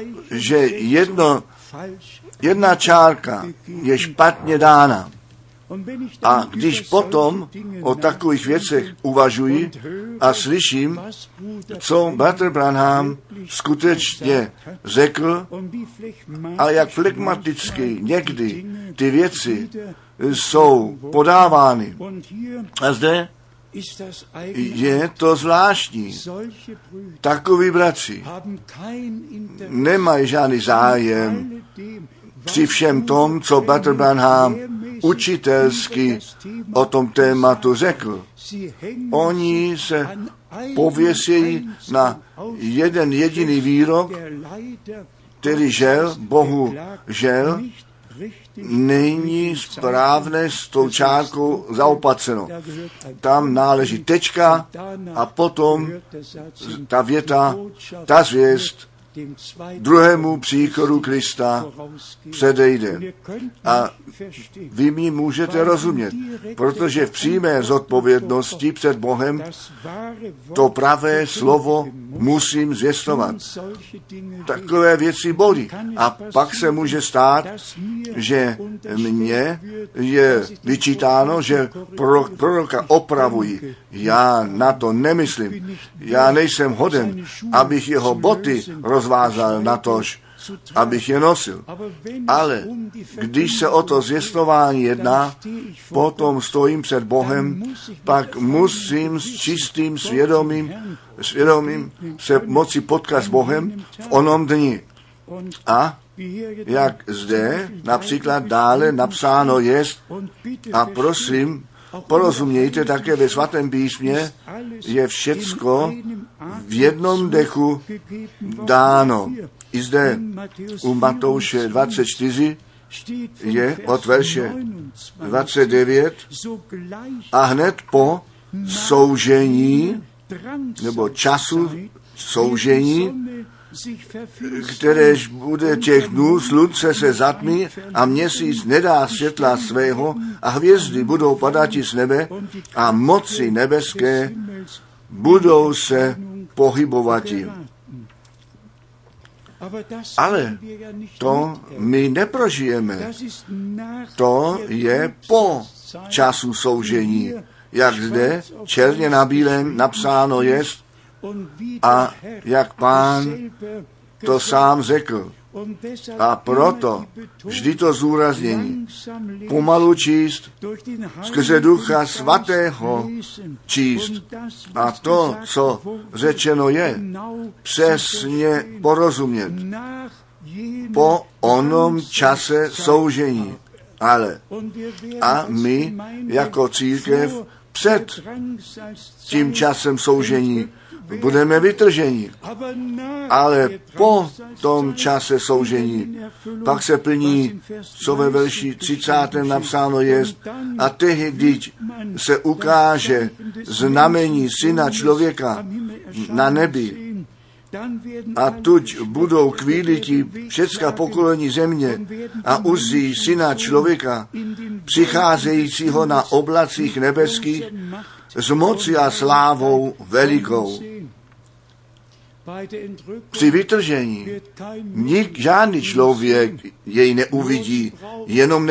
že jedna čárka je špatně dána. A když potom o takových věcech uvažuji a slyším, co bratr Branham skutečně řekl a jak flegmaticky někdy ty věci jsou podávány. A zde je to zvláštní. Takoví bratři nemají žádný zájem při všem tom, co bratr Branham učitelsky o tom tématu řekl. Oni se pověsí na jeden jediný výrok, který bohužel není správné s tou čárkou zaopatřeno. Tam náleží tečka a potom ta věta, ta zvěst druhému příchodu Krista předejde. A vy mi můžete rozumět, protože v přímé zodpovědnosti před Bohem to pravé slovo musím zvěstovat. Takové věci bolí. A pak se může stát, že mně je vyčítáno, že proroka opravují. Já na to nemyslím. Já nejsem hoden, abych jeho boty rozvázal natož, abych je nosil. Ale když se o to zvěstování jedná, potom stojím před Bohem, pak musím s čistým svědomím se moci potkat s Bohem v onom dni. A jak zde například dále napsáno jest, a prosím, porozumějte také ve svatém písmě, je všecko v jednom dechu dáno. I zde u Matouše 24 je od verše 29 a hned po soužení nebo času soužení, kteréž bude těch dnů, slunce se zatmí a měsíc nedá světla svého a hvězdy budou padati z nebe a moci nebeské budou se pohybovati. Ale to my neprožijeme. To je po času soužení. Jak zde černě na bílém napsáno jest a jak Pán to sám řekl. A proto vždy to zúraznění pomalu číst, skrze Ducha Svatého číst. A to, co řečeno je, přesně porozumět po onom čase soužení. Ale a my jako církev před tím časem soužení budeme vytrženi. Ale po tom čase soužení pak se plní, co ve verši 30. napsáno jest, a tehdy se ukáže znamení Syna člověka na nebi. A tuď budou kvíliti všecka pokolení země a uzří Syna člověka, přicházejícího na oblacích nebeských, s mocí a slávou velikou. Při vytržení žádný člověk jej neuvidí, jenom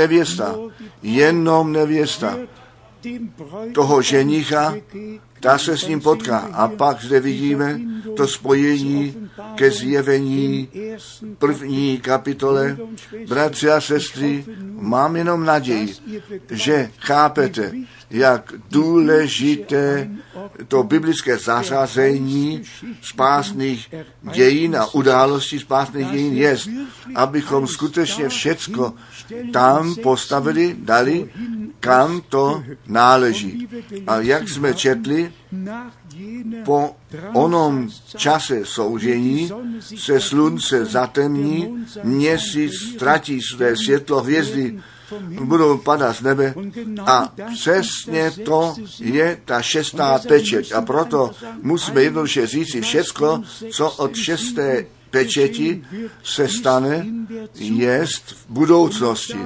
nevěsta toho ženicha, ta se s ním potká. A pak zde vidíme to spojení ke zjevení 1. kapitole. Bratři a sestry, mám jenom naději, že chápete, jak důležité to biblické zařazení spásných dějin a událostí spásných dějin jest, abychom skutečně všecko tam postavili, dali, kam to náleží. A jak jsme četli, po onom čase soužení se slunce zatemní, měsíc ztratí své světlo, hvězdy budou padat z nebe a přesně to je ta 6. pečeť. A proto musíme jednoduše říci všecko, co od 6. pečeti se stane, jest v budoucnosti.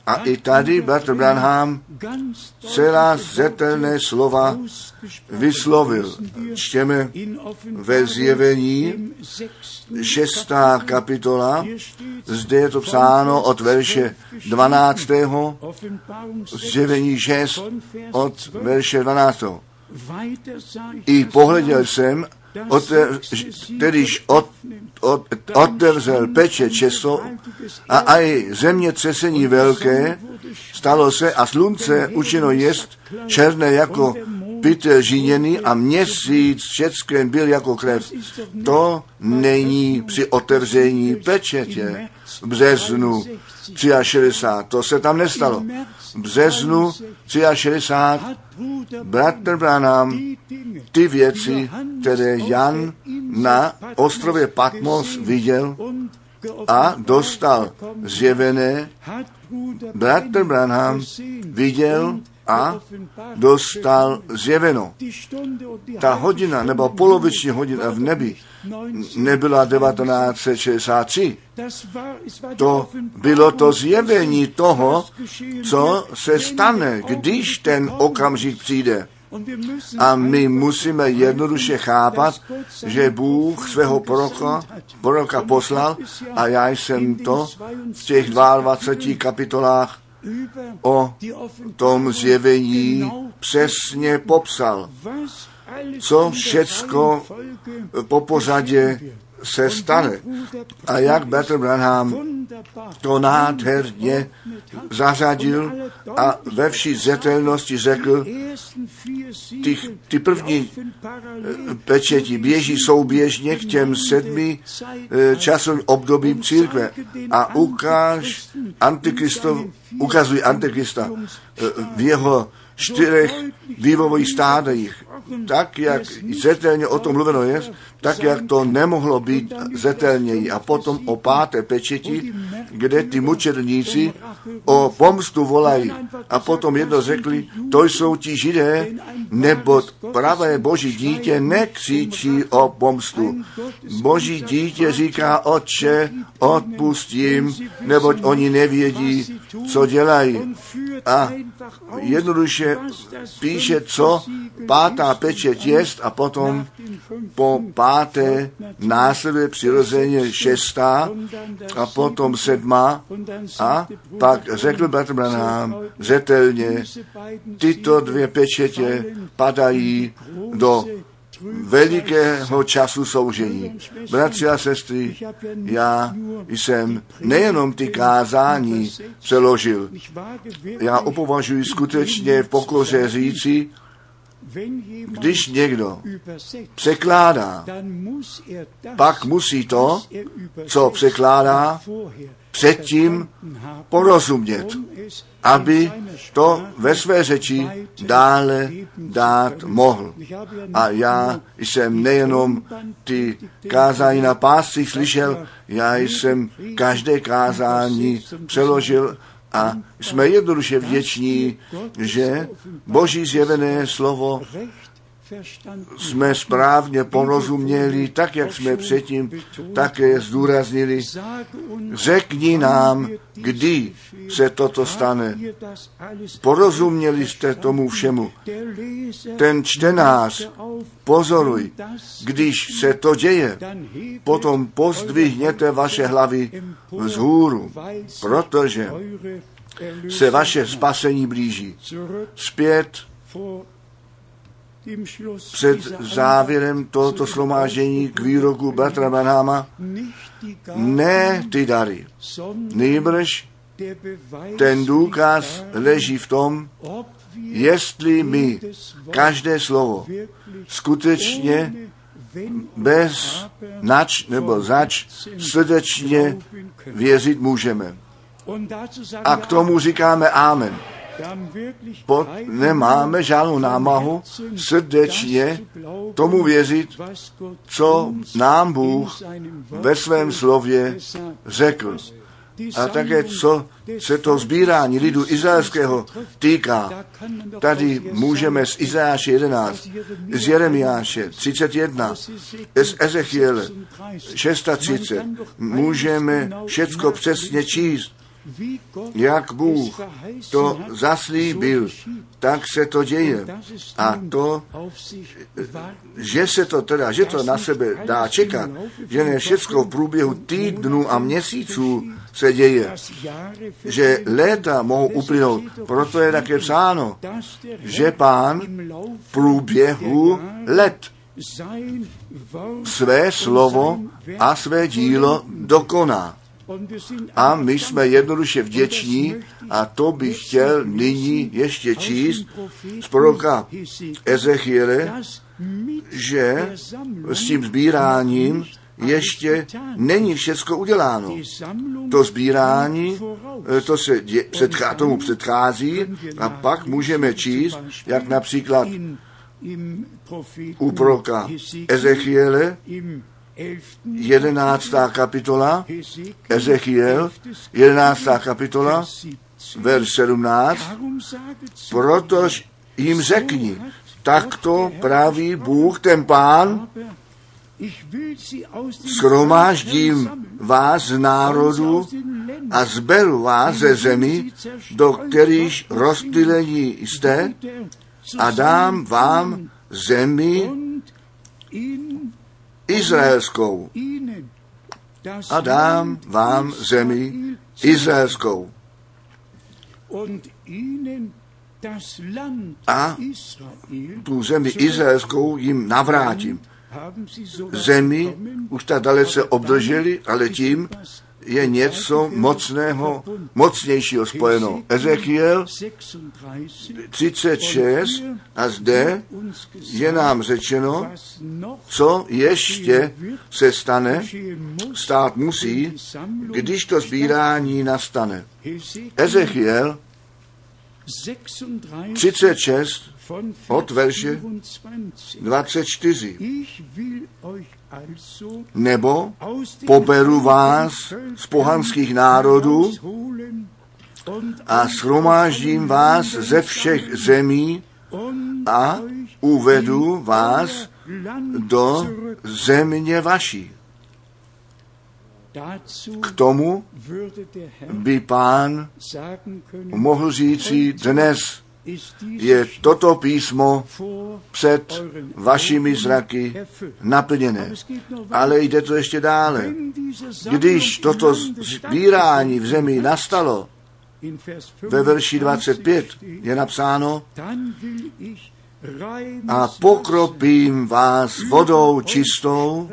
A i tady bratr Branham celá zřetelné slova vyslovil. Čtěme ve Zjevení 6. kapitola, zde je to psáno od verše 12. Zjevení 6 od verše 12. I pohleděl jsem, tedyž otevřel peče česo a aj zemětřesení velké stalo se a slunce učino jest černé jako pytel žiněný a měsíc všecken byl jako krev. To není při otevření pečetě v březnu 63. To se tam nestalo. V březnu 63. bratr Branham ty věci, které Jan na ostrově Patmos viděl a dostal zjevené, bratr Branham viděl a dostal zjeveno. Ta hodina, nebo poloviční hodina v nebi, nebyla 1963. To bylo to zjevení toho, co se stane, když ten okamžik přijde. A my musíme jednoduše chápat, že Bůh svého proroka poslal a já jsem to v těch 22 kapitolách o tom zjevení přesně popsal, co všecko po pořadě se stane. A jak bratr Branham to nádherně zařadil a ve vší zřetelnosti řekl, ty první pečeti běží souběžně k těm 7 časovým obdobím církve a ukazují Antikrista v jeho 4 vývojových stádích. Tak, jak zřetelně o tom mluveno je, tak, jak to nemohlo být zřetelněji. A potom o 5. pečeti, kde ty mučedníci o pomstu volají. A potom jedno řekli, to jsou ti Židé, neboť pravé Boží dítě nekřičí o pomstu. Boží dítě říká, Otče, odpusť jim, neboť oni nevědí, co dělají. A jednoduše píše, co 5. pečeť jest a potom po 5. následuje přirozeně 6. a potom 7. a pak řekl bratr Branham zřetelně, tyto 2 pečetě padají do velikého času soužení. Bratři a sestry, já jsem nejenom ty kázání přeložil, já opovažuji skutečně v pokoře říci, když někdo překládá, pak musí to, co překládá, předtím porozumět, aby to ve své řeči dále dát mohl. A já jsem nejenom ty kázání na páscích slyšel, já jsem každé kázání přeložil a jsme jednoduše vděční, že Boží zjevené slovo jsme správně porozuměli, tak, jak jsme předtím také zdůraznili. Řekni nám, kdy se toto stane. Porozuměli jste tomu všemu. Ten čtenář, pozoruj, když se to děje, potom pozdvihněte vaše hlavy vzhůru, protože se vaše spasení blíží. Zpět před závěrem tohoto shromáždění k výroku bratra Branhama, ne ty dary, nýbrž ten důkaz leží v tom, jestli my každé slovo skutečně bez nač nebo zač srdečně věřit můžeme. A k tomu říkáme amen. Nemáme žádnou námahu srdečně tomu věřit, co nám Bůh ve svém slově řekl. A také, co se to sbírání lidu izraelského týká. Tady můžeme z Izajáše 11, z Jeremiáše 31, z Ezechiele 630, můžeme všecko přesně číst. Jak Bůh to zaslíbil, tak se to děje. A to, že to na sebe dá čekat, že ne všecko v průběhu týdnů a měsíců se děje, že léta mohou uplynout. Proto je také psáno, že Pán v průběhu let své slovo a své dílo dokoná. A my jsme jednoduše vděční a to bych chtěl nyní ještě číst z proroka Ezechiele, že s tím sbíráním ještě není všecko uděláno. To sbírání, tomu předchází a pak můžeme číst, jak například u proroka Ezechiele 11. kapitola, Ezechiel, 11. kapitola, verš 17, protože jim řekni, takto praví Bůh, ten Pán, shromáždím vás z národu a zberu vás ze zemí, do kterých rozptylení jste, a dám vám zemi izraelskou. A dám vám zemi izraelskou. A tu zemi izraelskou jim navrátím. Zemi už tak dalece obdrželi, ale tím je něco mocnějšího spojeno. Ezechiel 36 a zde je nám řečeno, co ještě se stát musí, když to sbírání nastane. Ezechiel 36 od verše 24. Nebo poberu vás z pohanských národů a shromáždím vás ze všech zemí a uvedu vás do země vaší. K tomu by Pán mohl říci, dnes je toto písmo před vašimi zraky naplněné. Ale jde to ještě dále. Když toto sbírání v zemi nastalo, ve verši 25 je napsáno, a pokropím vás vodou čistou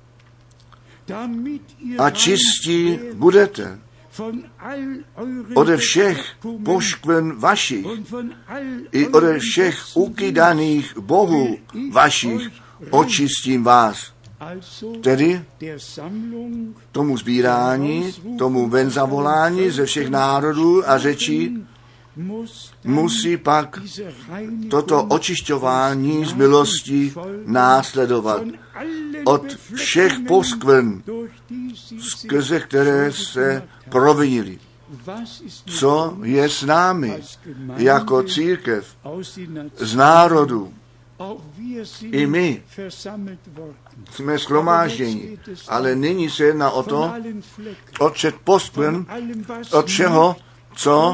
a čistí budete ode všech poškvrn vašich i ode všech ukydaných bohů vašich očistím vás. Tedy tomu sbírání, tomu venzavolání ze všech národů a řečí musí pak toto očišťování z milostí následovat. Od všech poskvrn, skrze které se provinili. Co je s námi jako církev z národu? I my jsme shromážděni, ale nyní se jedná o to, od všech poskvrn, od všeho, co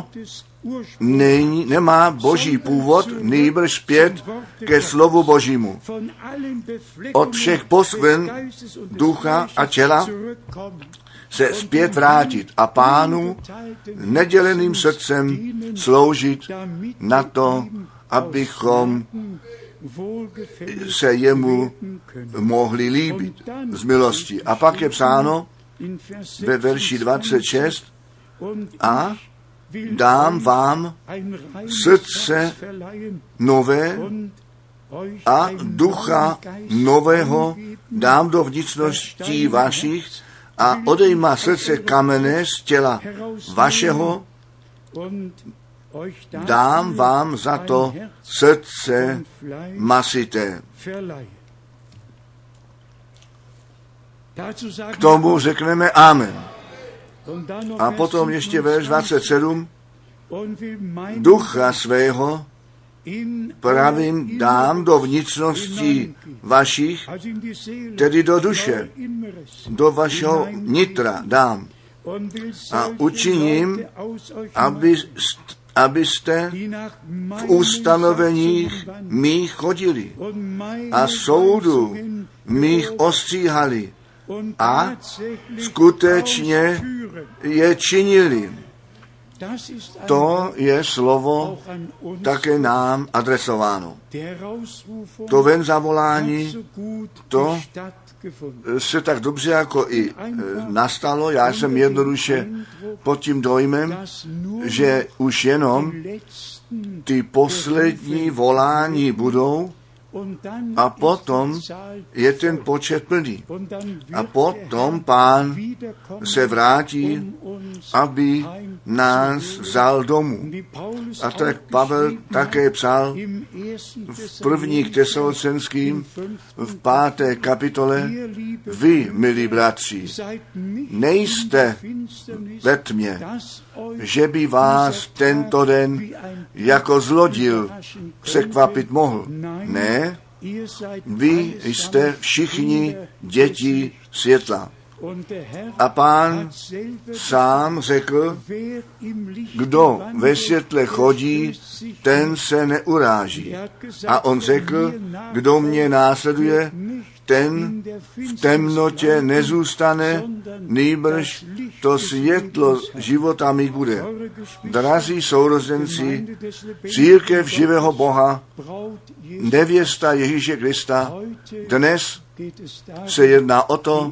nemá boží původ, nýbrž zpět ke slovu božímu. Od všech poskvrn ducha a těla se zpět vrátit a Pánu neděleným srdcem sloužit na to, abychom se jemu mohli líbit z milosti. A pak je psáno ve verši 26, a dám vám srdce nové a ducha nového dám do vnitřností vašich a odejma srdce kamene z těla vašeho, dám vám za to srdce masité. K tomu řekneme amen. A potom ještě verš 27. Ducha svého pravým dám do vnitřností vašich, tedy do duše, do vašeho nitra dám. a učiním, abyste v ustanoveních mých chodili a soudu mých ostříhali a skutečně je činili. To je slovo také nám adresováno. To ven zavolání, to se tak dobře jako i nastalo. Já jsem jednoduše pod tím dojmem, že už jenom ty poslední volání budou a potom je ten počet plný. A potom Pán se vrátí, aby nás vzal domů. A tak Pavel také psal v 1. Tesalonickým v 5. kapitole: Vy, milí bratři, nejste ve tmě, že by vás tento den jako zlodil překvapit mohl. Ne, vy jste všichni děti světla. A Pán sám řekl, kdo ve světle chodí, ten se neuráží. A on řekl, kdo mě následuje, ten v temnotě nezůstane, nýbrž to světlo života mít bude. Drazí sourozenci, církev živého Boha, nevěsta Ježíše Krista, dnes se jedná o to,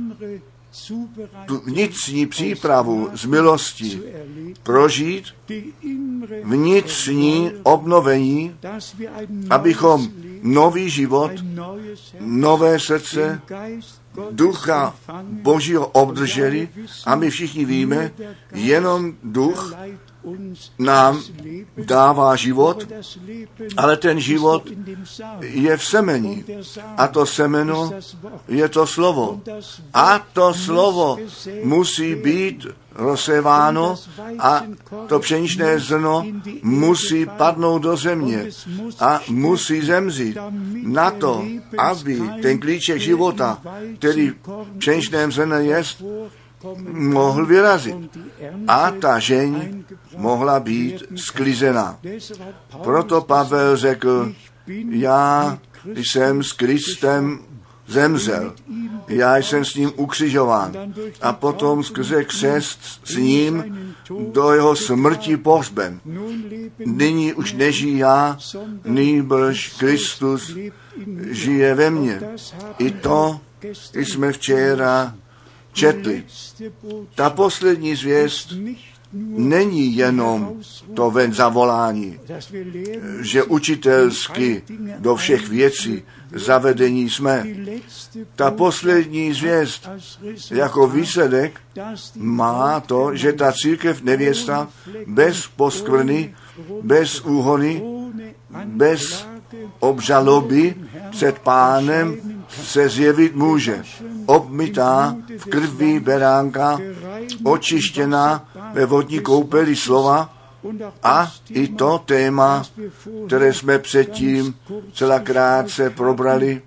tu vnitřní přípravu z milosti prožít, vnitřní obnovení, abychom nový život, nové srdce, Ducha Božího obdrželi, a my všichni víme, jenom Duch nám dává život, ale ten život je v semeni. A to semeno je to slovo. A to slovo musí být rozséváno a to pšeničné zrno musí padnout do země a musí zemřít na to, aby ten klíček života, který v pšeničném zrně je, mohl vyrazit. A ta žeň mohla být sklizena. Proto Pavel řekl, já jsem s Kristem zemřel. Já jsem s ním ukřižován. A potom skrze křest s ním do jeho smrti pohřben. Nyní už nežijí já, nýbrž Kristus žije ve mně. I to jsme včera četli. Ta poslední zvěst není jenom to ven zavolání, že učitelsky do všech věcí zavedení jsme. Ta poslední zvěst jako výsledek má to, že ta církev nevěsta bez poskvrny, bez úhony, bez obžaloby před Pánem se zjevit může. Obmytá v krvi beránka, očištěná ve vodní koupeli slova, a i to téma, které jsme předtím celá krátce probrali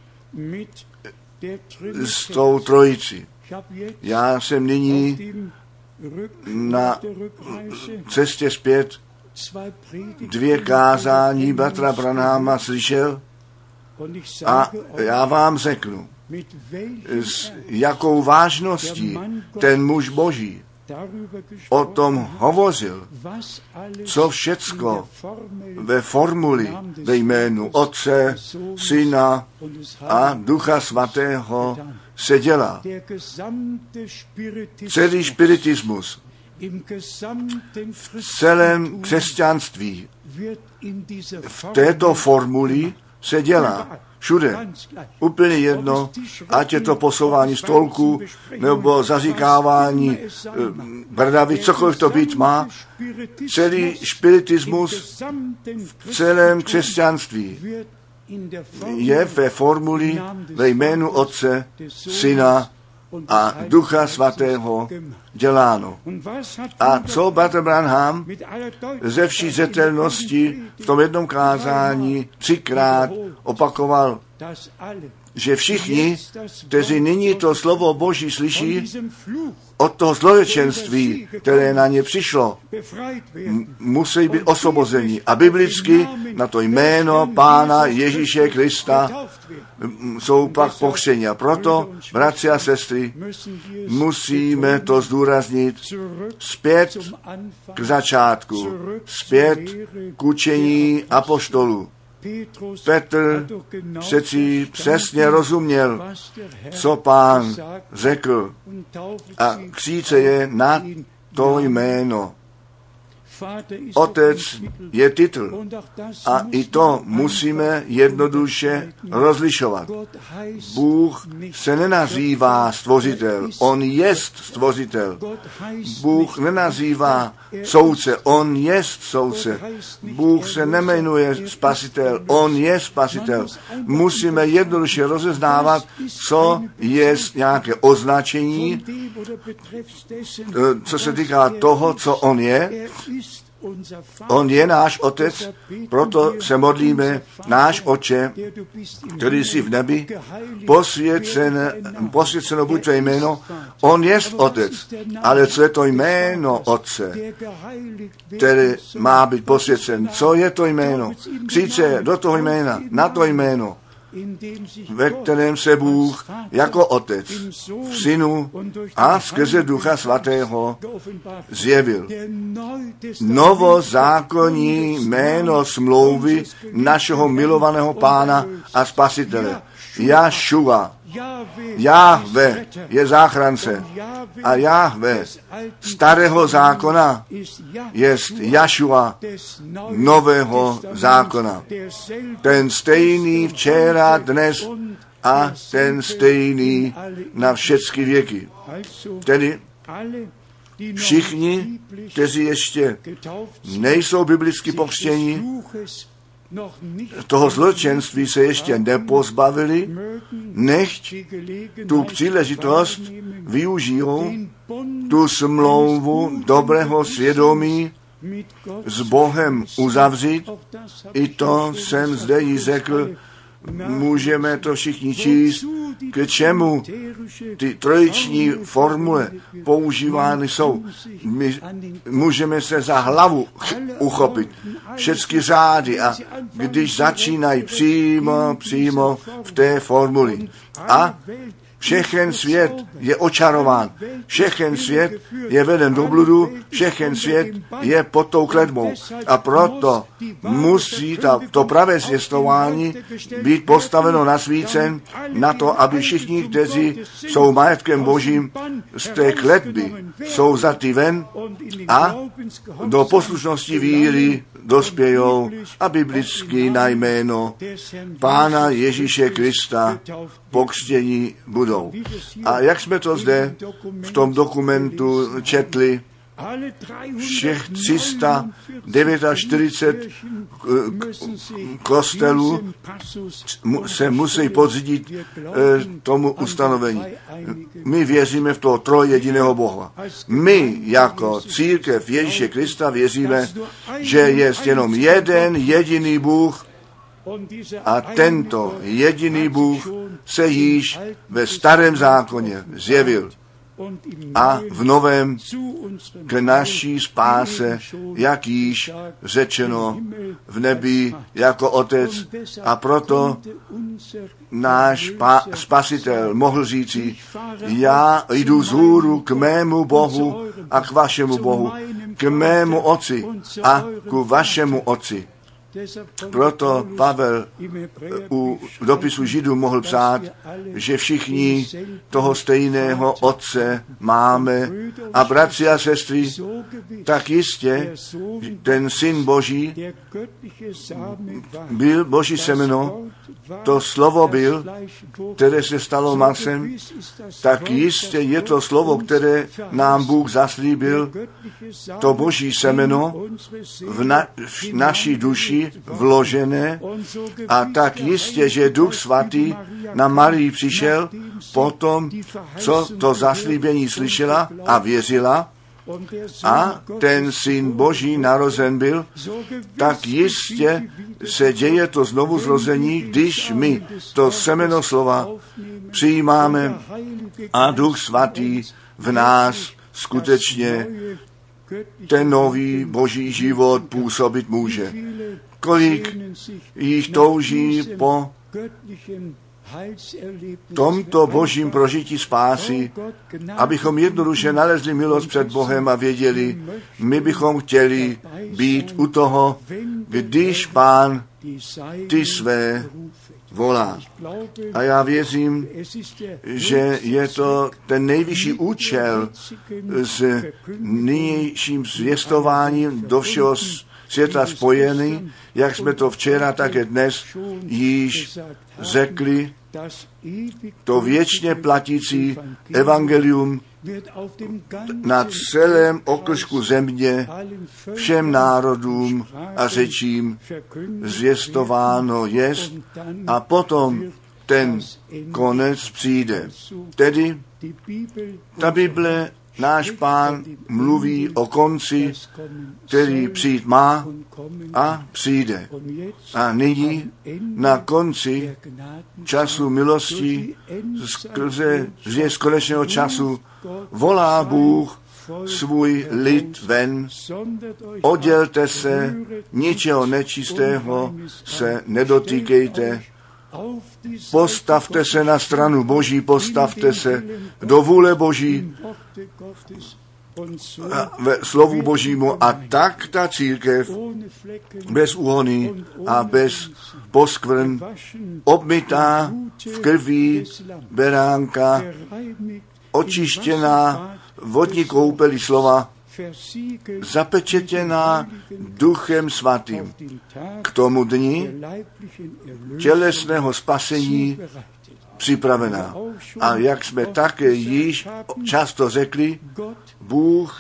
s tou trojicí. Já jsem nyní na cestě zpět 2 kázání bratra Branhama slyšel a já vám řeknu, s jakou vážností ten muž Boží o tom hovořil, co všecko ve formuli ve jménu Otce, Syna a Ducha Svatého se dělá. Celý spiritismus v celém křesťanství v této formuli se dělá. Všude. Úplně jedno, ať je to posouvání stolku, nebo zaříkávání brdavy, cokoliv to být má. Celý spiritismus v celém křesťanství je ve formuli ve jménu Otce, Syna a Ducha Svatého děláno. A co bratr Branham ze vší zřetelnosti v tom jednom kázání 3krát opakoval, že všichni, kteří nyní to slovo Boží slyší, od toho zlorečenství, které na ně přišlo, musí být osvobozeni. A biblicky na to jméno Pána Ježíše Krista jsou pak pokřtěni. A proto, bratři a sestry, musíme to zdůraznit zpět k začátku, zpět k učení apoštolů. Petr přeci přesně rozuměl, co Pán řekl, a kříce je na to jméno. Otec je titul a i to musíme jednoduše rozlišovat. Bůh se nenazývá stvořitel, on jest stvořitel. Bůh nenazývá soudce, on jest soudce. Bůh se nejmenuje spasitel, on je spasitel. Musíme jednoduše rozeznávat, co je nějaké označení, co se týká toho, co on je. On je náš Otec, proto se modlíme, náš Otče, který jsi v nebi, posvěceno buď tvé jméno. On je Otec, ale co je to jméno Otce, které má být posvěcen? Co je to jméno? Přijďte do toho jména, na to jméno, ve kterém se Bůh jako Otec v Synu a skrze Ducha Svatého zjevil. Novozákonní jméno smlouvy našeho milovaného Pána a Spasitele. Jašua. Jahve je záchrance a Jahve starého zákona je Jašua nového zákona. Ten stejný včera, dnes a ten stejný na všechny věky. Tedy všichni, kteří ještě nejsou biblicky pokřtěni, toho zločenství se ještě nepozbavili, nechť tu příležitost využijou, tu smlouvu dobrého svědomí s Bohem uzavřít. I to jsem zde již řekl, můžeme to všichni číst, k čemu ty trojiční formule používány jsou. My můžeme se za hlavu uchopit. Všechny řády a když začínají přímo v té formuli. A všechen svět je očarován, všechen svět je veden do bludu, všechen svět je pod tou kletbou. A proto musí to pravé zvěstování být postaveno na svícen, na to, aby všichni, kteří jsou majetkem Božím, z té kletby jsou vzati ven a do poslušnosti víry dospějou a biblicky na jméno Pána Ježíše Krista pokřtění budou. A jak jsme to zde v tom dokumentu četli, všech 349 kostelů se musí podřídit tomu ustanovení. My věříme v toho trojjediného Boha. My jako církev Ježíše Krista věříme, že je jenom jeden jediný Bůh a tento jediný Bůh se již ve starém zákoně zjevil a v novém k naší spáse, jak již řečeno v nebi jako Otec. A proto náš Spasitel mohl říci, já jdu vzhůru k mému Bohu a k vašemu Bohu, k mému Otci a k vašemu Otci. Proto Pavel u dopisu Židů mohl psát, že všichni toho stejného Otce máme a bratři a sestry, tak jistě ten Syn Boží byl Boží semeno, to slovo byl, které se stalo masem, tak jistě je to slovo, které nám Bůh zaslíbil, to boží semeno v naší duši vložené, a tak jistě, že Duch Svatý na Marii přišel potom, co to zaslíbení slyšela a věřila, a ten Syn Boží narozen byl, tak jistě se děje to znovuzrození, když my to semeno slova přijímáme a Duch Svatý v nás skutečně ten nový boží život působit může. Kolik jich touží po tomto božím prožití spásy, abychom jednoduše nalezli milost před Bohem a věděli, my bychom chtěli být u toho, když Pán ty své volá. A já věřím, že je to ten nejvyšší účel s nynějším zvěstováním do všeho světa spojený, jak jsme to včera, také dnes již řekli, to věčně platící evangelium na celém okršku země všem národům a řečím zvěstováno jest, a potom ten konec přijde. Tedy ta Bible, náš Pán mluví o konci, který přijít má a přijde. A nyní na konci času milosti skrze zvěst konečného času volá Bůh svůj lid ven. Oddělte se, ničeho nečistého se nedotýkejte. Postavte se na stranu Boží, postavte se do vůle Boží ve slovu Božímu, a tak ta církev bez úhony a bez poskvrn, obmytá v krví beránka, očištěná vodní koupeli slova, zapečetěná Duchem Svatým k tomu dni tělesného spasení připravená. A jak jsme také již často řekli, Bůh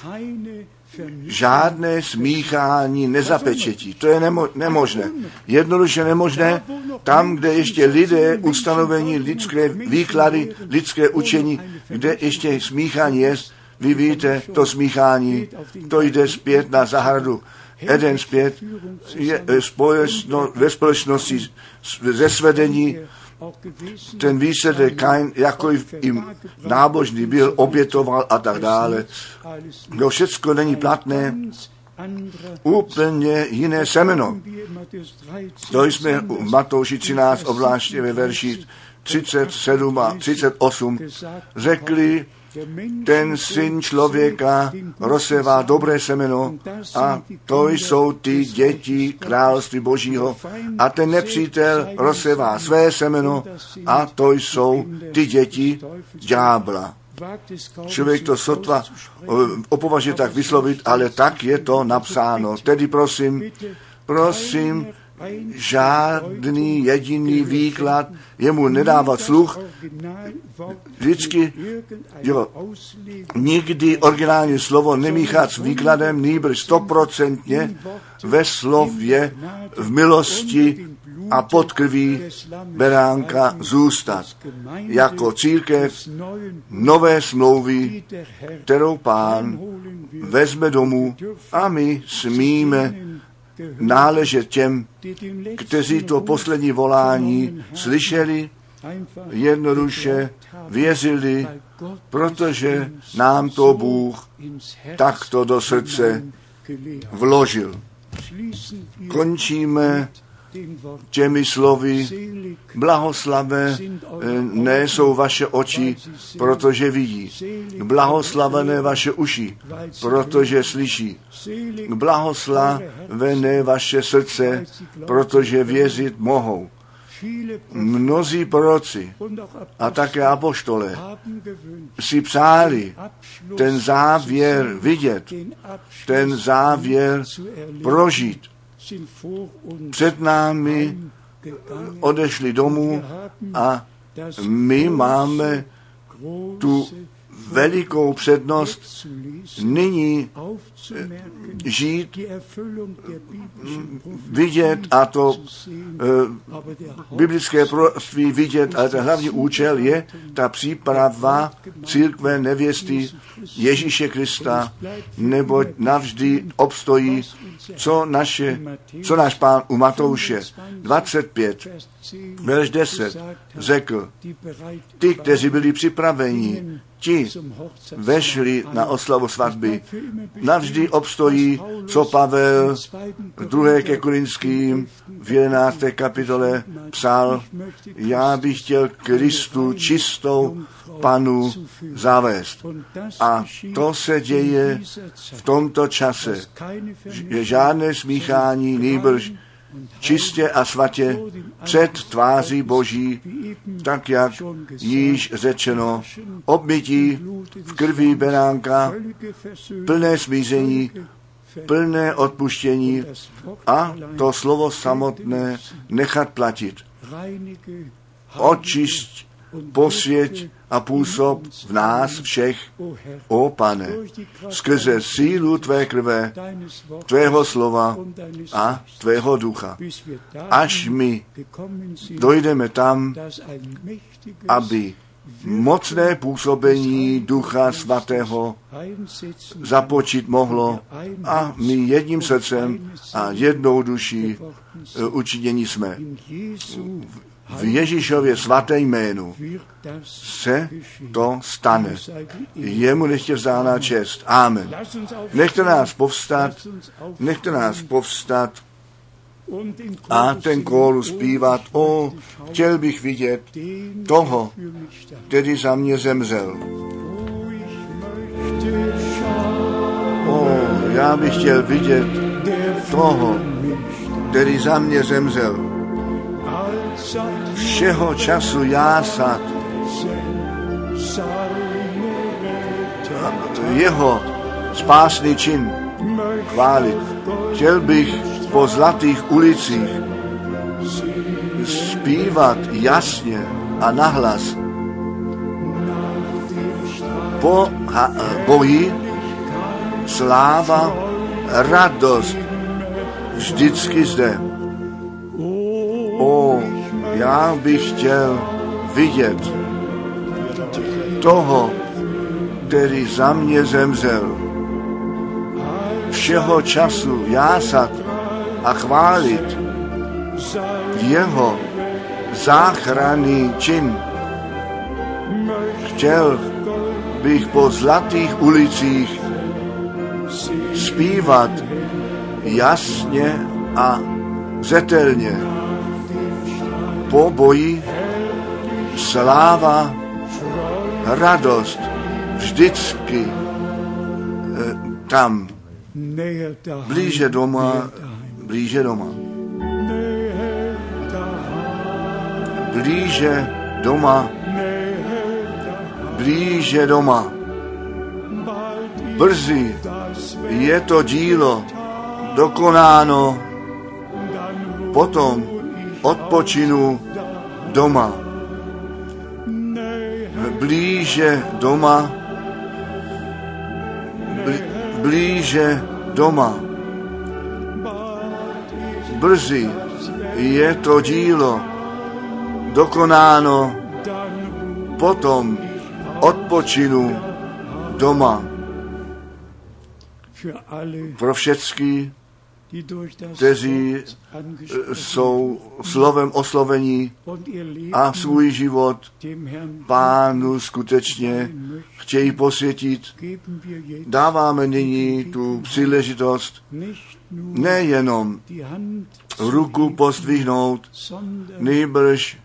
žádné smíchání nezapečetí. To je nemožné. Jednoduše nemožné. Tam, kde ještě lidé ustanovení, lidské výklady, lidské učení, kde ještě smíchání je, vy víte, to smíchání, to jde zpět na zahradu Eden zpět, je ve společnosti ze svedení, ten výsledek Kain, jakkoliv jim nábožný byl, obětoval a tak dále. To všecko není platné, úplně jiné semeno. To jsme u Matouši 13, obzvláště ve verších 37 a 38, řekli, ten Syn člověka rozsévá dobré semeno, a to jsou ty děti království Božího, a ten nepřítel rozsévá své semeno, a to jsou ty děti ďábla. Člověk to sotva opovažuje tak vyslovit, ale tak je to napsáno. Tedy prosím, žádný jediný výklad jemu nedávat sluch. Vždycky, nikdy originální slovo nemíchat s výkladem, nýbrž 100% ve slově, v milosti a pod krví beránka zůstat. Jako církev nové smlouvy, kterou Pán vezme domů, a my smíme náležet těm, kteří to poslední volání slyšeli, jednoduše věřili, protože nám to Bůh takto do srdce vložil. Končíme těmi slovy: blahoslavé nejsou vaše oči, protože vidí. Blahoslavené vaše uši, protože slyší. Blahoslavené vaše srdce, protože věřit mohou. Mnozí proroci a také apoštole si přáli ten závěr vidět, ten závěr prožít. Před námi odešli domů a my máme tu velikou přednost nyní žít, vidět a to biblické proroctví vidět, ale ten hlavní účel je ta příprava církve nevěsty Ježíše Krista, neboť navždy obstojí, co náš Pán u Matouše 25, verš 10 řekl, ty, kteří byli připraveni, ti vešli na oslavu svatby. Navždy obstojí, co Pavel v 2. ke Korinským v 11. kapitole psal, já bych chtěl Kristu čistou Panu zavést. A to se děje v tomto čase. Je žádné smíchání, nýbrž čistě a svatě před tváří Boží, tak jak již řečeno, obmytí v krvi beránka, plné smíření, plné odpuštění a to slovo samotné nechat platit. Očišť, posvěť a působ v nás všech, o Pane, skrze sílu tvé krve, tvého slova a tvého ducha. Až my dojdeme tam, aby mocné působení Ducha Svatého započít mohlo a my jedním srdcem a jednou duší učinění jsme. V Ježíšově svaté jménu se to stane. Jemu nechtě vzána čest. Amen. Nechte nás povstat a ten kóru zpívat. O, chtěl bych vidět toho, který za mě zemřel. O, já bych chtěl vidět toho, který za mě zemřel. Všeho času jásat jeho spásný čin chválit. Chtěl bych po zlatých ulicích zpívat jasně a nahlas. Po boji sláva, radost vždycky zde. O, já bych chtěl vidět toho, který za mě zemřel. Všeho času jásat a chválit jeho záchranný čin. Chtěl bych po zlatých ulicích zpívat jasně a zřetelně. Po boji sláva, radost vždycky tam, blíže doma, blíže doma. Blíže doma, blíže doma. Brzy je to dílo dokonáno, potom odpočinu doma. Blíže doma, blíže doma. Brzy je to dílo dokonáno, potom odpočinu doma. Pro všechny, kteří jsou slovem oslovení a svůj život Pánu skutečně chtějí posvětit, dáváme nyní tu příležitost nejenom ruku pozdvihnout, nýbrž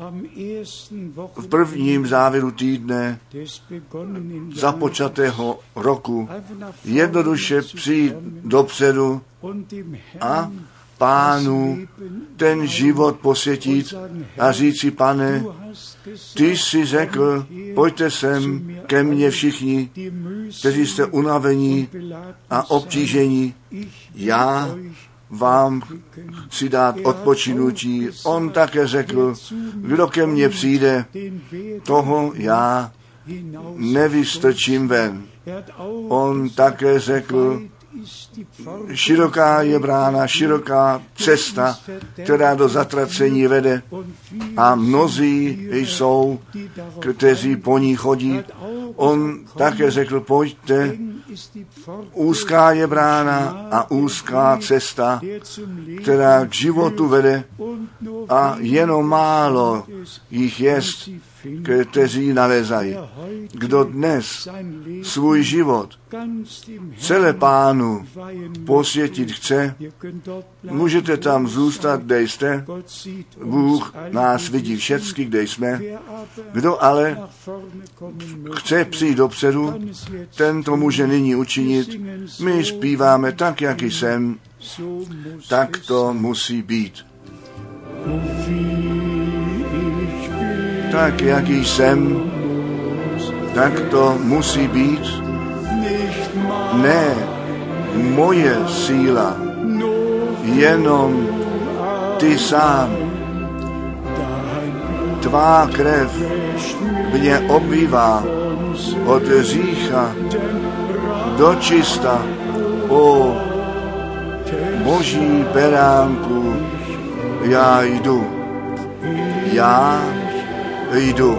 v prvním závěru týdne započatého roku jednoduše přijít dopředu a Pánu ten život posvětit a říci, Pane, ty jsi řekl, pojďte sem ke mně všichni, kteří jste unavení a obtížení, já vám chci dát odpočinutí. On také řekl, kdo ke mně přijde, toho já nevystrčím ven. On také řekl, široká je brána, široká cesta, která do zatracení vede a mnozí jsou, kteří po ní chodí. On také řekl, pojďte, úzká je brána a úzká cesta, která k životu vede a jenom málo jich jest, kteří nalezají. Kdo dnes svůj život celé Pánu posvětit chce, můžete tam zůstat, kde jste. Bůh nás vidí všecky, kde jsme. Kdo ale chce přijít dopředu, ten to může nyní učinit. My zpíváme tak, jak jsem, tak to musí být. Tak, jak jsem, tak to musí být. Ne moje síla, jenom ty sám. Tvá krev mě obývá od hřícha do čista. O Boží beránku, já jdu. Já jdu.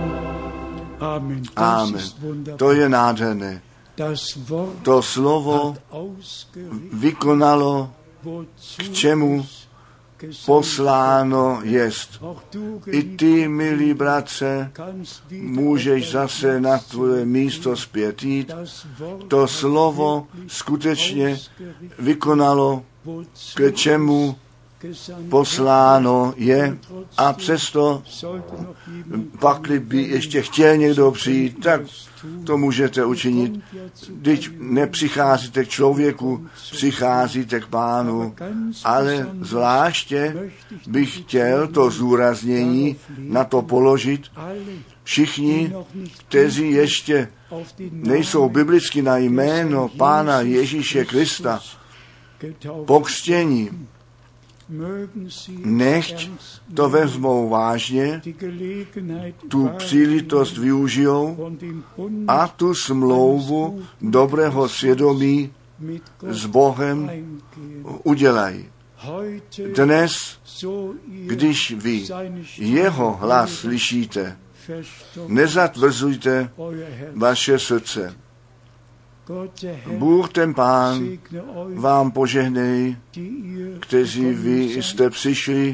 Amen. To je nádherné. To slovo vykonalo, k čemu posláno jest. I ty, milí bratře, můžeš zase na tvoje místo zpět jít. To slovo skutečně vykonalo, k čemu posláno je, a přesto pakli by ještě chtěl někdo přijít, tak to můžete učinit. Když nepřicházíte k člověku, přicházíte k Pánu, ale zvláště bych chtěl to zúraznění na to položit. Všichni, kteří ještě nejsou biblicky na jméno Pána Ježíše Krista pokřtění, nechť to vezmou vážně, tu příležitost využijou a tu smlouvu dobrého svědomí s Bohem udělají. Dnes, když vy jeho hlas slyšíte, nezatvrzujte vaše srdce. Bůh ten Pán vám požehnej, kteří vy jste přišli,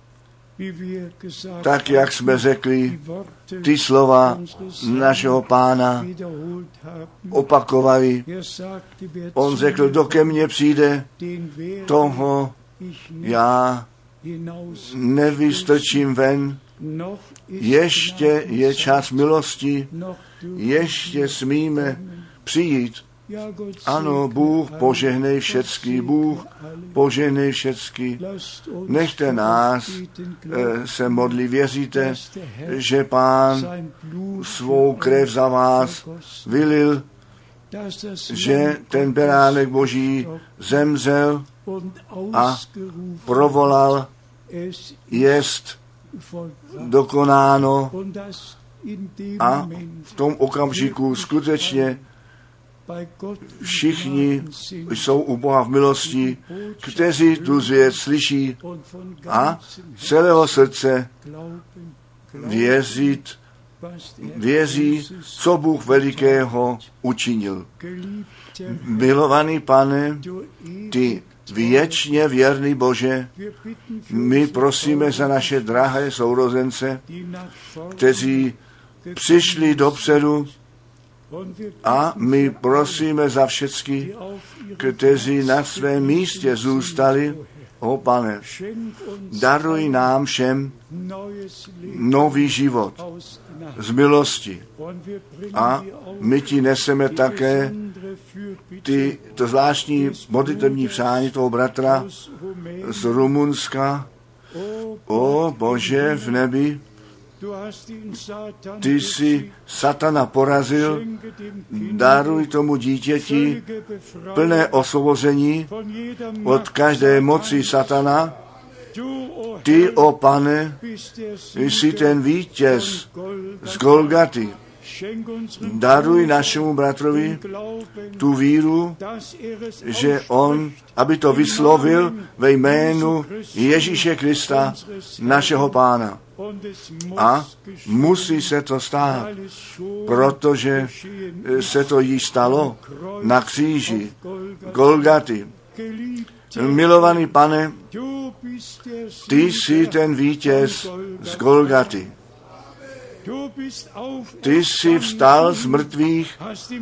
tak jak jsme řekli, ty slova našeho Pána opakovali. On řekl, kdo ke mně přijde, toho já nevystrčím ven. Ještě je čas milosti, ještě smíme přijít. Ano, Bůh požehnej všecky, Bůh požehnej všecky. Nechte nás se modlit, věříte, že Pán svou krev za vás vylil, že ten beránek Boží zemřel a provolal, jest dokonáno, a v tom okamžiku skutečně všichni jsou u Boha v milosti, kteří tu zvěst slyší a celého srdce věří, co Bůh velikého učinil. Milovaný Pane, ty věčně věrný Bože, my prosíme za naše drahé sourozence, kteří přišli dopředu, a my prosíme za všechny, kteří na svém místě zůstali. O Pane, daruj nám všem nový život z milosti. A my ti neseme také to zvláštní modlitební přání toho bratra z Rumunska. O Bože v nebi, Ty jsi satana porazil, daruj tomu dítěti plné osvobození od každé moci satana. Ty, o Pane, jsi ten vítěz z Golgaty. Daruj našemu bratrovi tu víru, že on, aby to vyslovil ve jménu Ježíše Krista, našeho Pána. A musí se to stát, protože se to již stalo na kříži Golgaty. Milovaný Pane, ty jsi ten vítěz z Golgaty. Ty jsi vstal z mrtvých,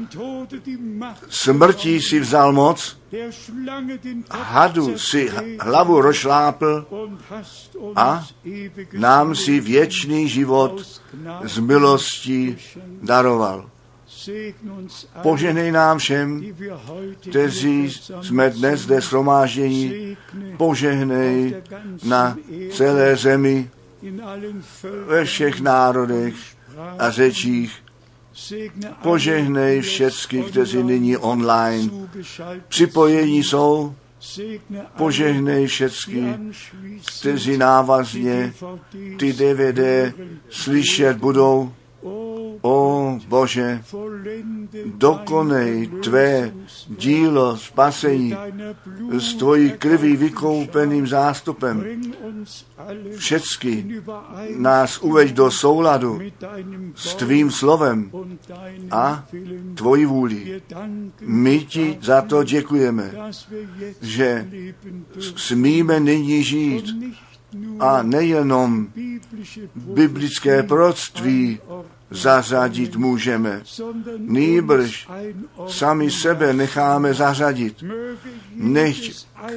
smrtí si vzal moc, hadu si hlavu rozšlápl a nám si věčný život z milostí daroval. Požehnej nám všem, kteří jsme dnes zde shromáždění, požehnej na celé zemi, ve všech národech a řečích. Požehnej všecky, kteří nyní online připojení jsou. Požehnej všecky, kteří návazně ty DVD slyšet budou. O Bože, dokonej tvé dílo spasení s tvojí krví vykoupeným zástupem. Všecky nás uveď do souladu s tvým slovem a tvojí vůli. My ti za to děkujeme, že smíme nyní žít a nejenom biblické proroctví zařadit můžeme, nýbrž sami sebe necháme zařadit. Nechť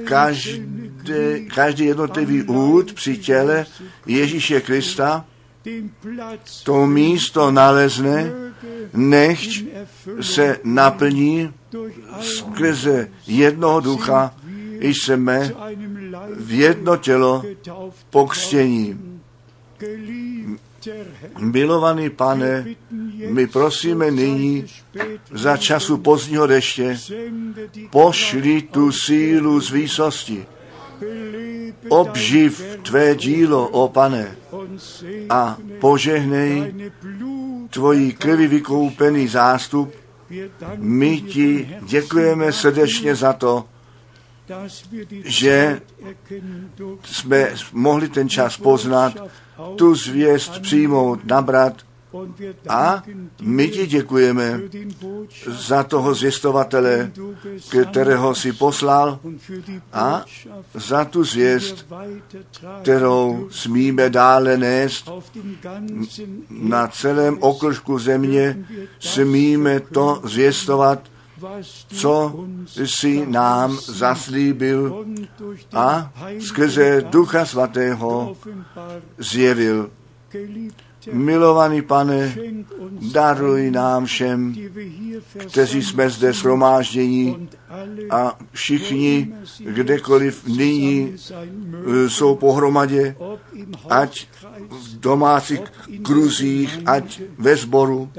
každý jednotlivý úd při těle Ježíše Krista to místo nalezne, nechť se naplní skrze jednoho ducha, jsme v jedno tělo pokřtění. Milovaný Pane, my prosíme nyní za času pozdního deště, pošli tu sílu z výsosti, obživ tvé dílo, o Pane, a požehnej tvojí krvi vykoupený zástup. My ti děkujeme srdečně za to, že jsme mohli ten čas poznat, tu zvěst přijmout, nabrat, a my ti děkujeme za toho zvěstovatele, kterého si poslal, a za tu zvěst, kterou smíme dále nést na celém okružku země, smíme to zvěstovat, co jsi nám zaslíbil a skrze Ducha Svatého zjevil. Milovaný Pane, daruj nám všem, kteří jsme zde shromáždění, a všichni, kdekoliv nyní jsou pohromadě, ať v domácích kruzích, ať ve sboru,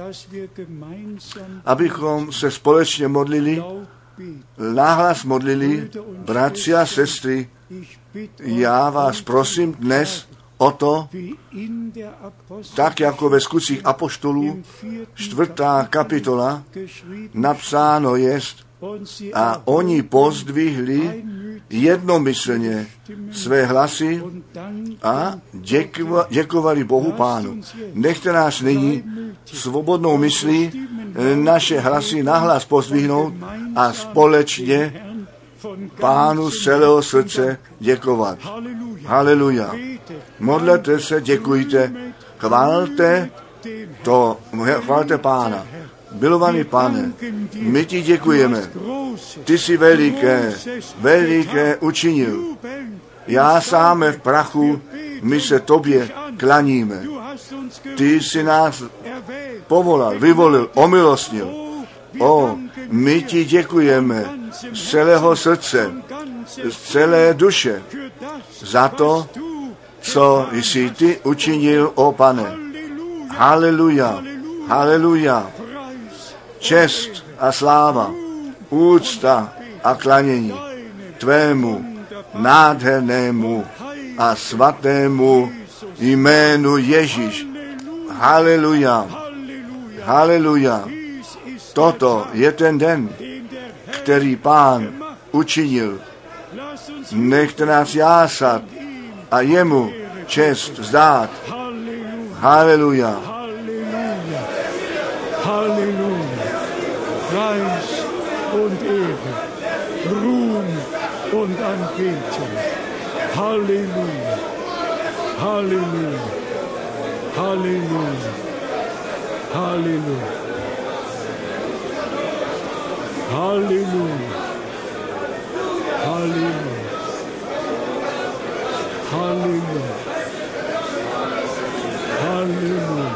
abychom se společně modlili, nahlas modlili, bratři a sestry. Já vás prosím dnes o to, tak jako ve Skutcích apoštolů, 4. kapitola, napsáno jest, a oni pozdvihli jednomyslně své hlasy a děkovali Bohu Pánu. Nechte nás nyní svobodnou myslí naše hlasy nahlas pozdvihnout a společně Pánu z celého srdce děkovat. Haleluja. Modlete se, děkujte, chválte Pána. Milovaný Pane, my ti děkujeme. Ty jsi veliké učinil. Já sám v prachu, my se tobě klaníme. Ty jsi nás povolal, vyvolil, omilostnil. My ti děkujeme z celého srdce, z celé duše za to, co jsi ty učinil, o Pane. Haleluja, haleluja. Čest a sláva, úcta a klanění tvému nádhernému a svatému jménu Ježíš. Haleluja, haleluja. Toto je ten den, který Pán učinil. Nechte nás jásat a jemu čest vzdát. Haleluja. Halleluja. Preis und Ehre, Ruhm und Anbetung. Halleluja. Halleluja. Halleluja. Halleluja. Halleluja. Halleluja. Halleluja. Halleluja.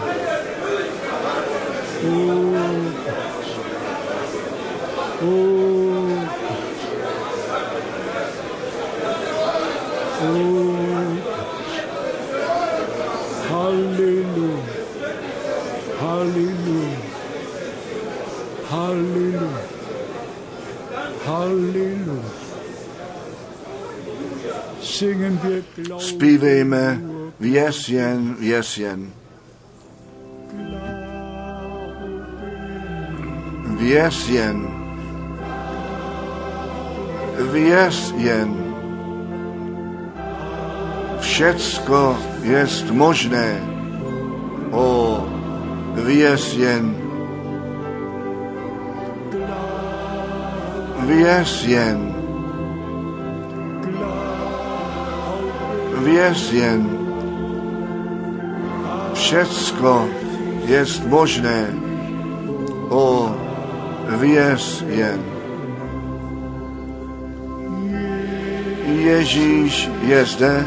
Halleluja. Halleluja. Halleluja. Halleluja. Singen wir Glauben. Zpívejme věs jen, věs jen. Věs jen. Věs jen. Všecko jest možné. O, věs jen. Věs jen. Věs jen. Všecko jest možné. O, věs jen. Ježíš je zde.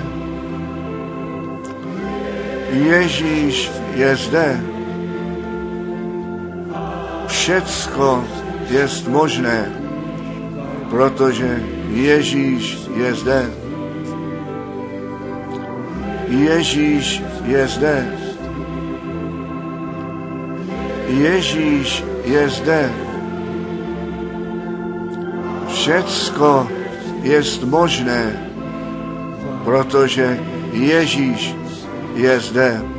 Ježíš je zde. Všecko jest možné, protože Ježíš je zde. Ježíš je zde. Ježíš je zde. Všecko jest možné, protože Ježíš je zde.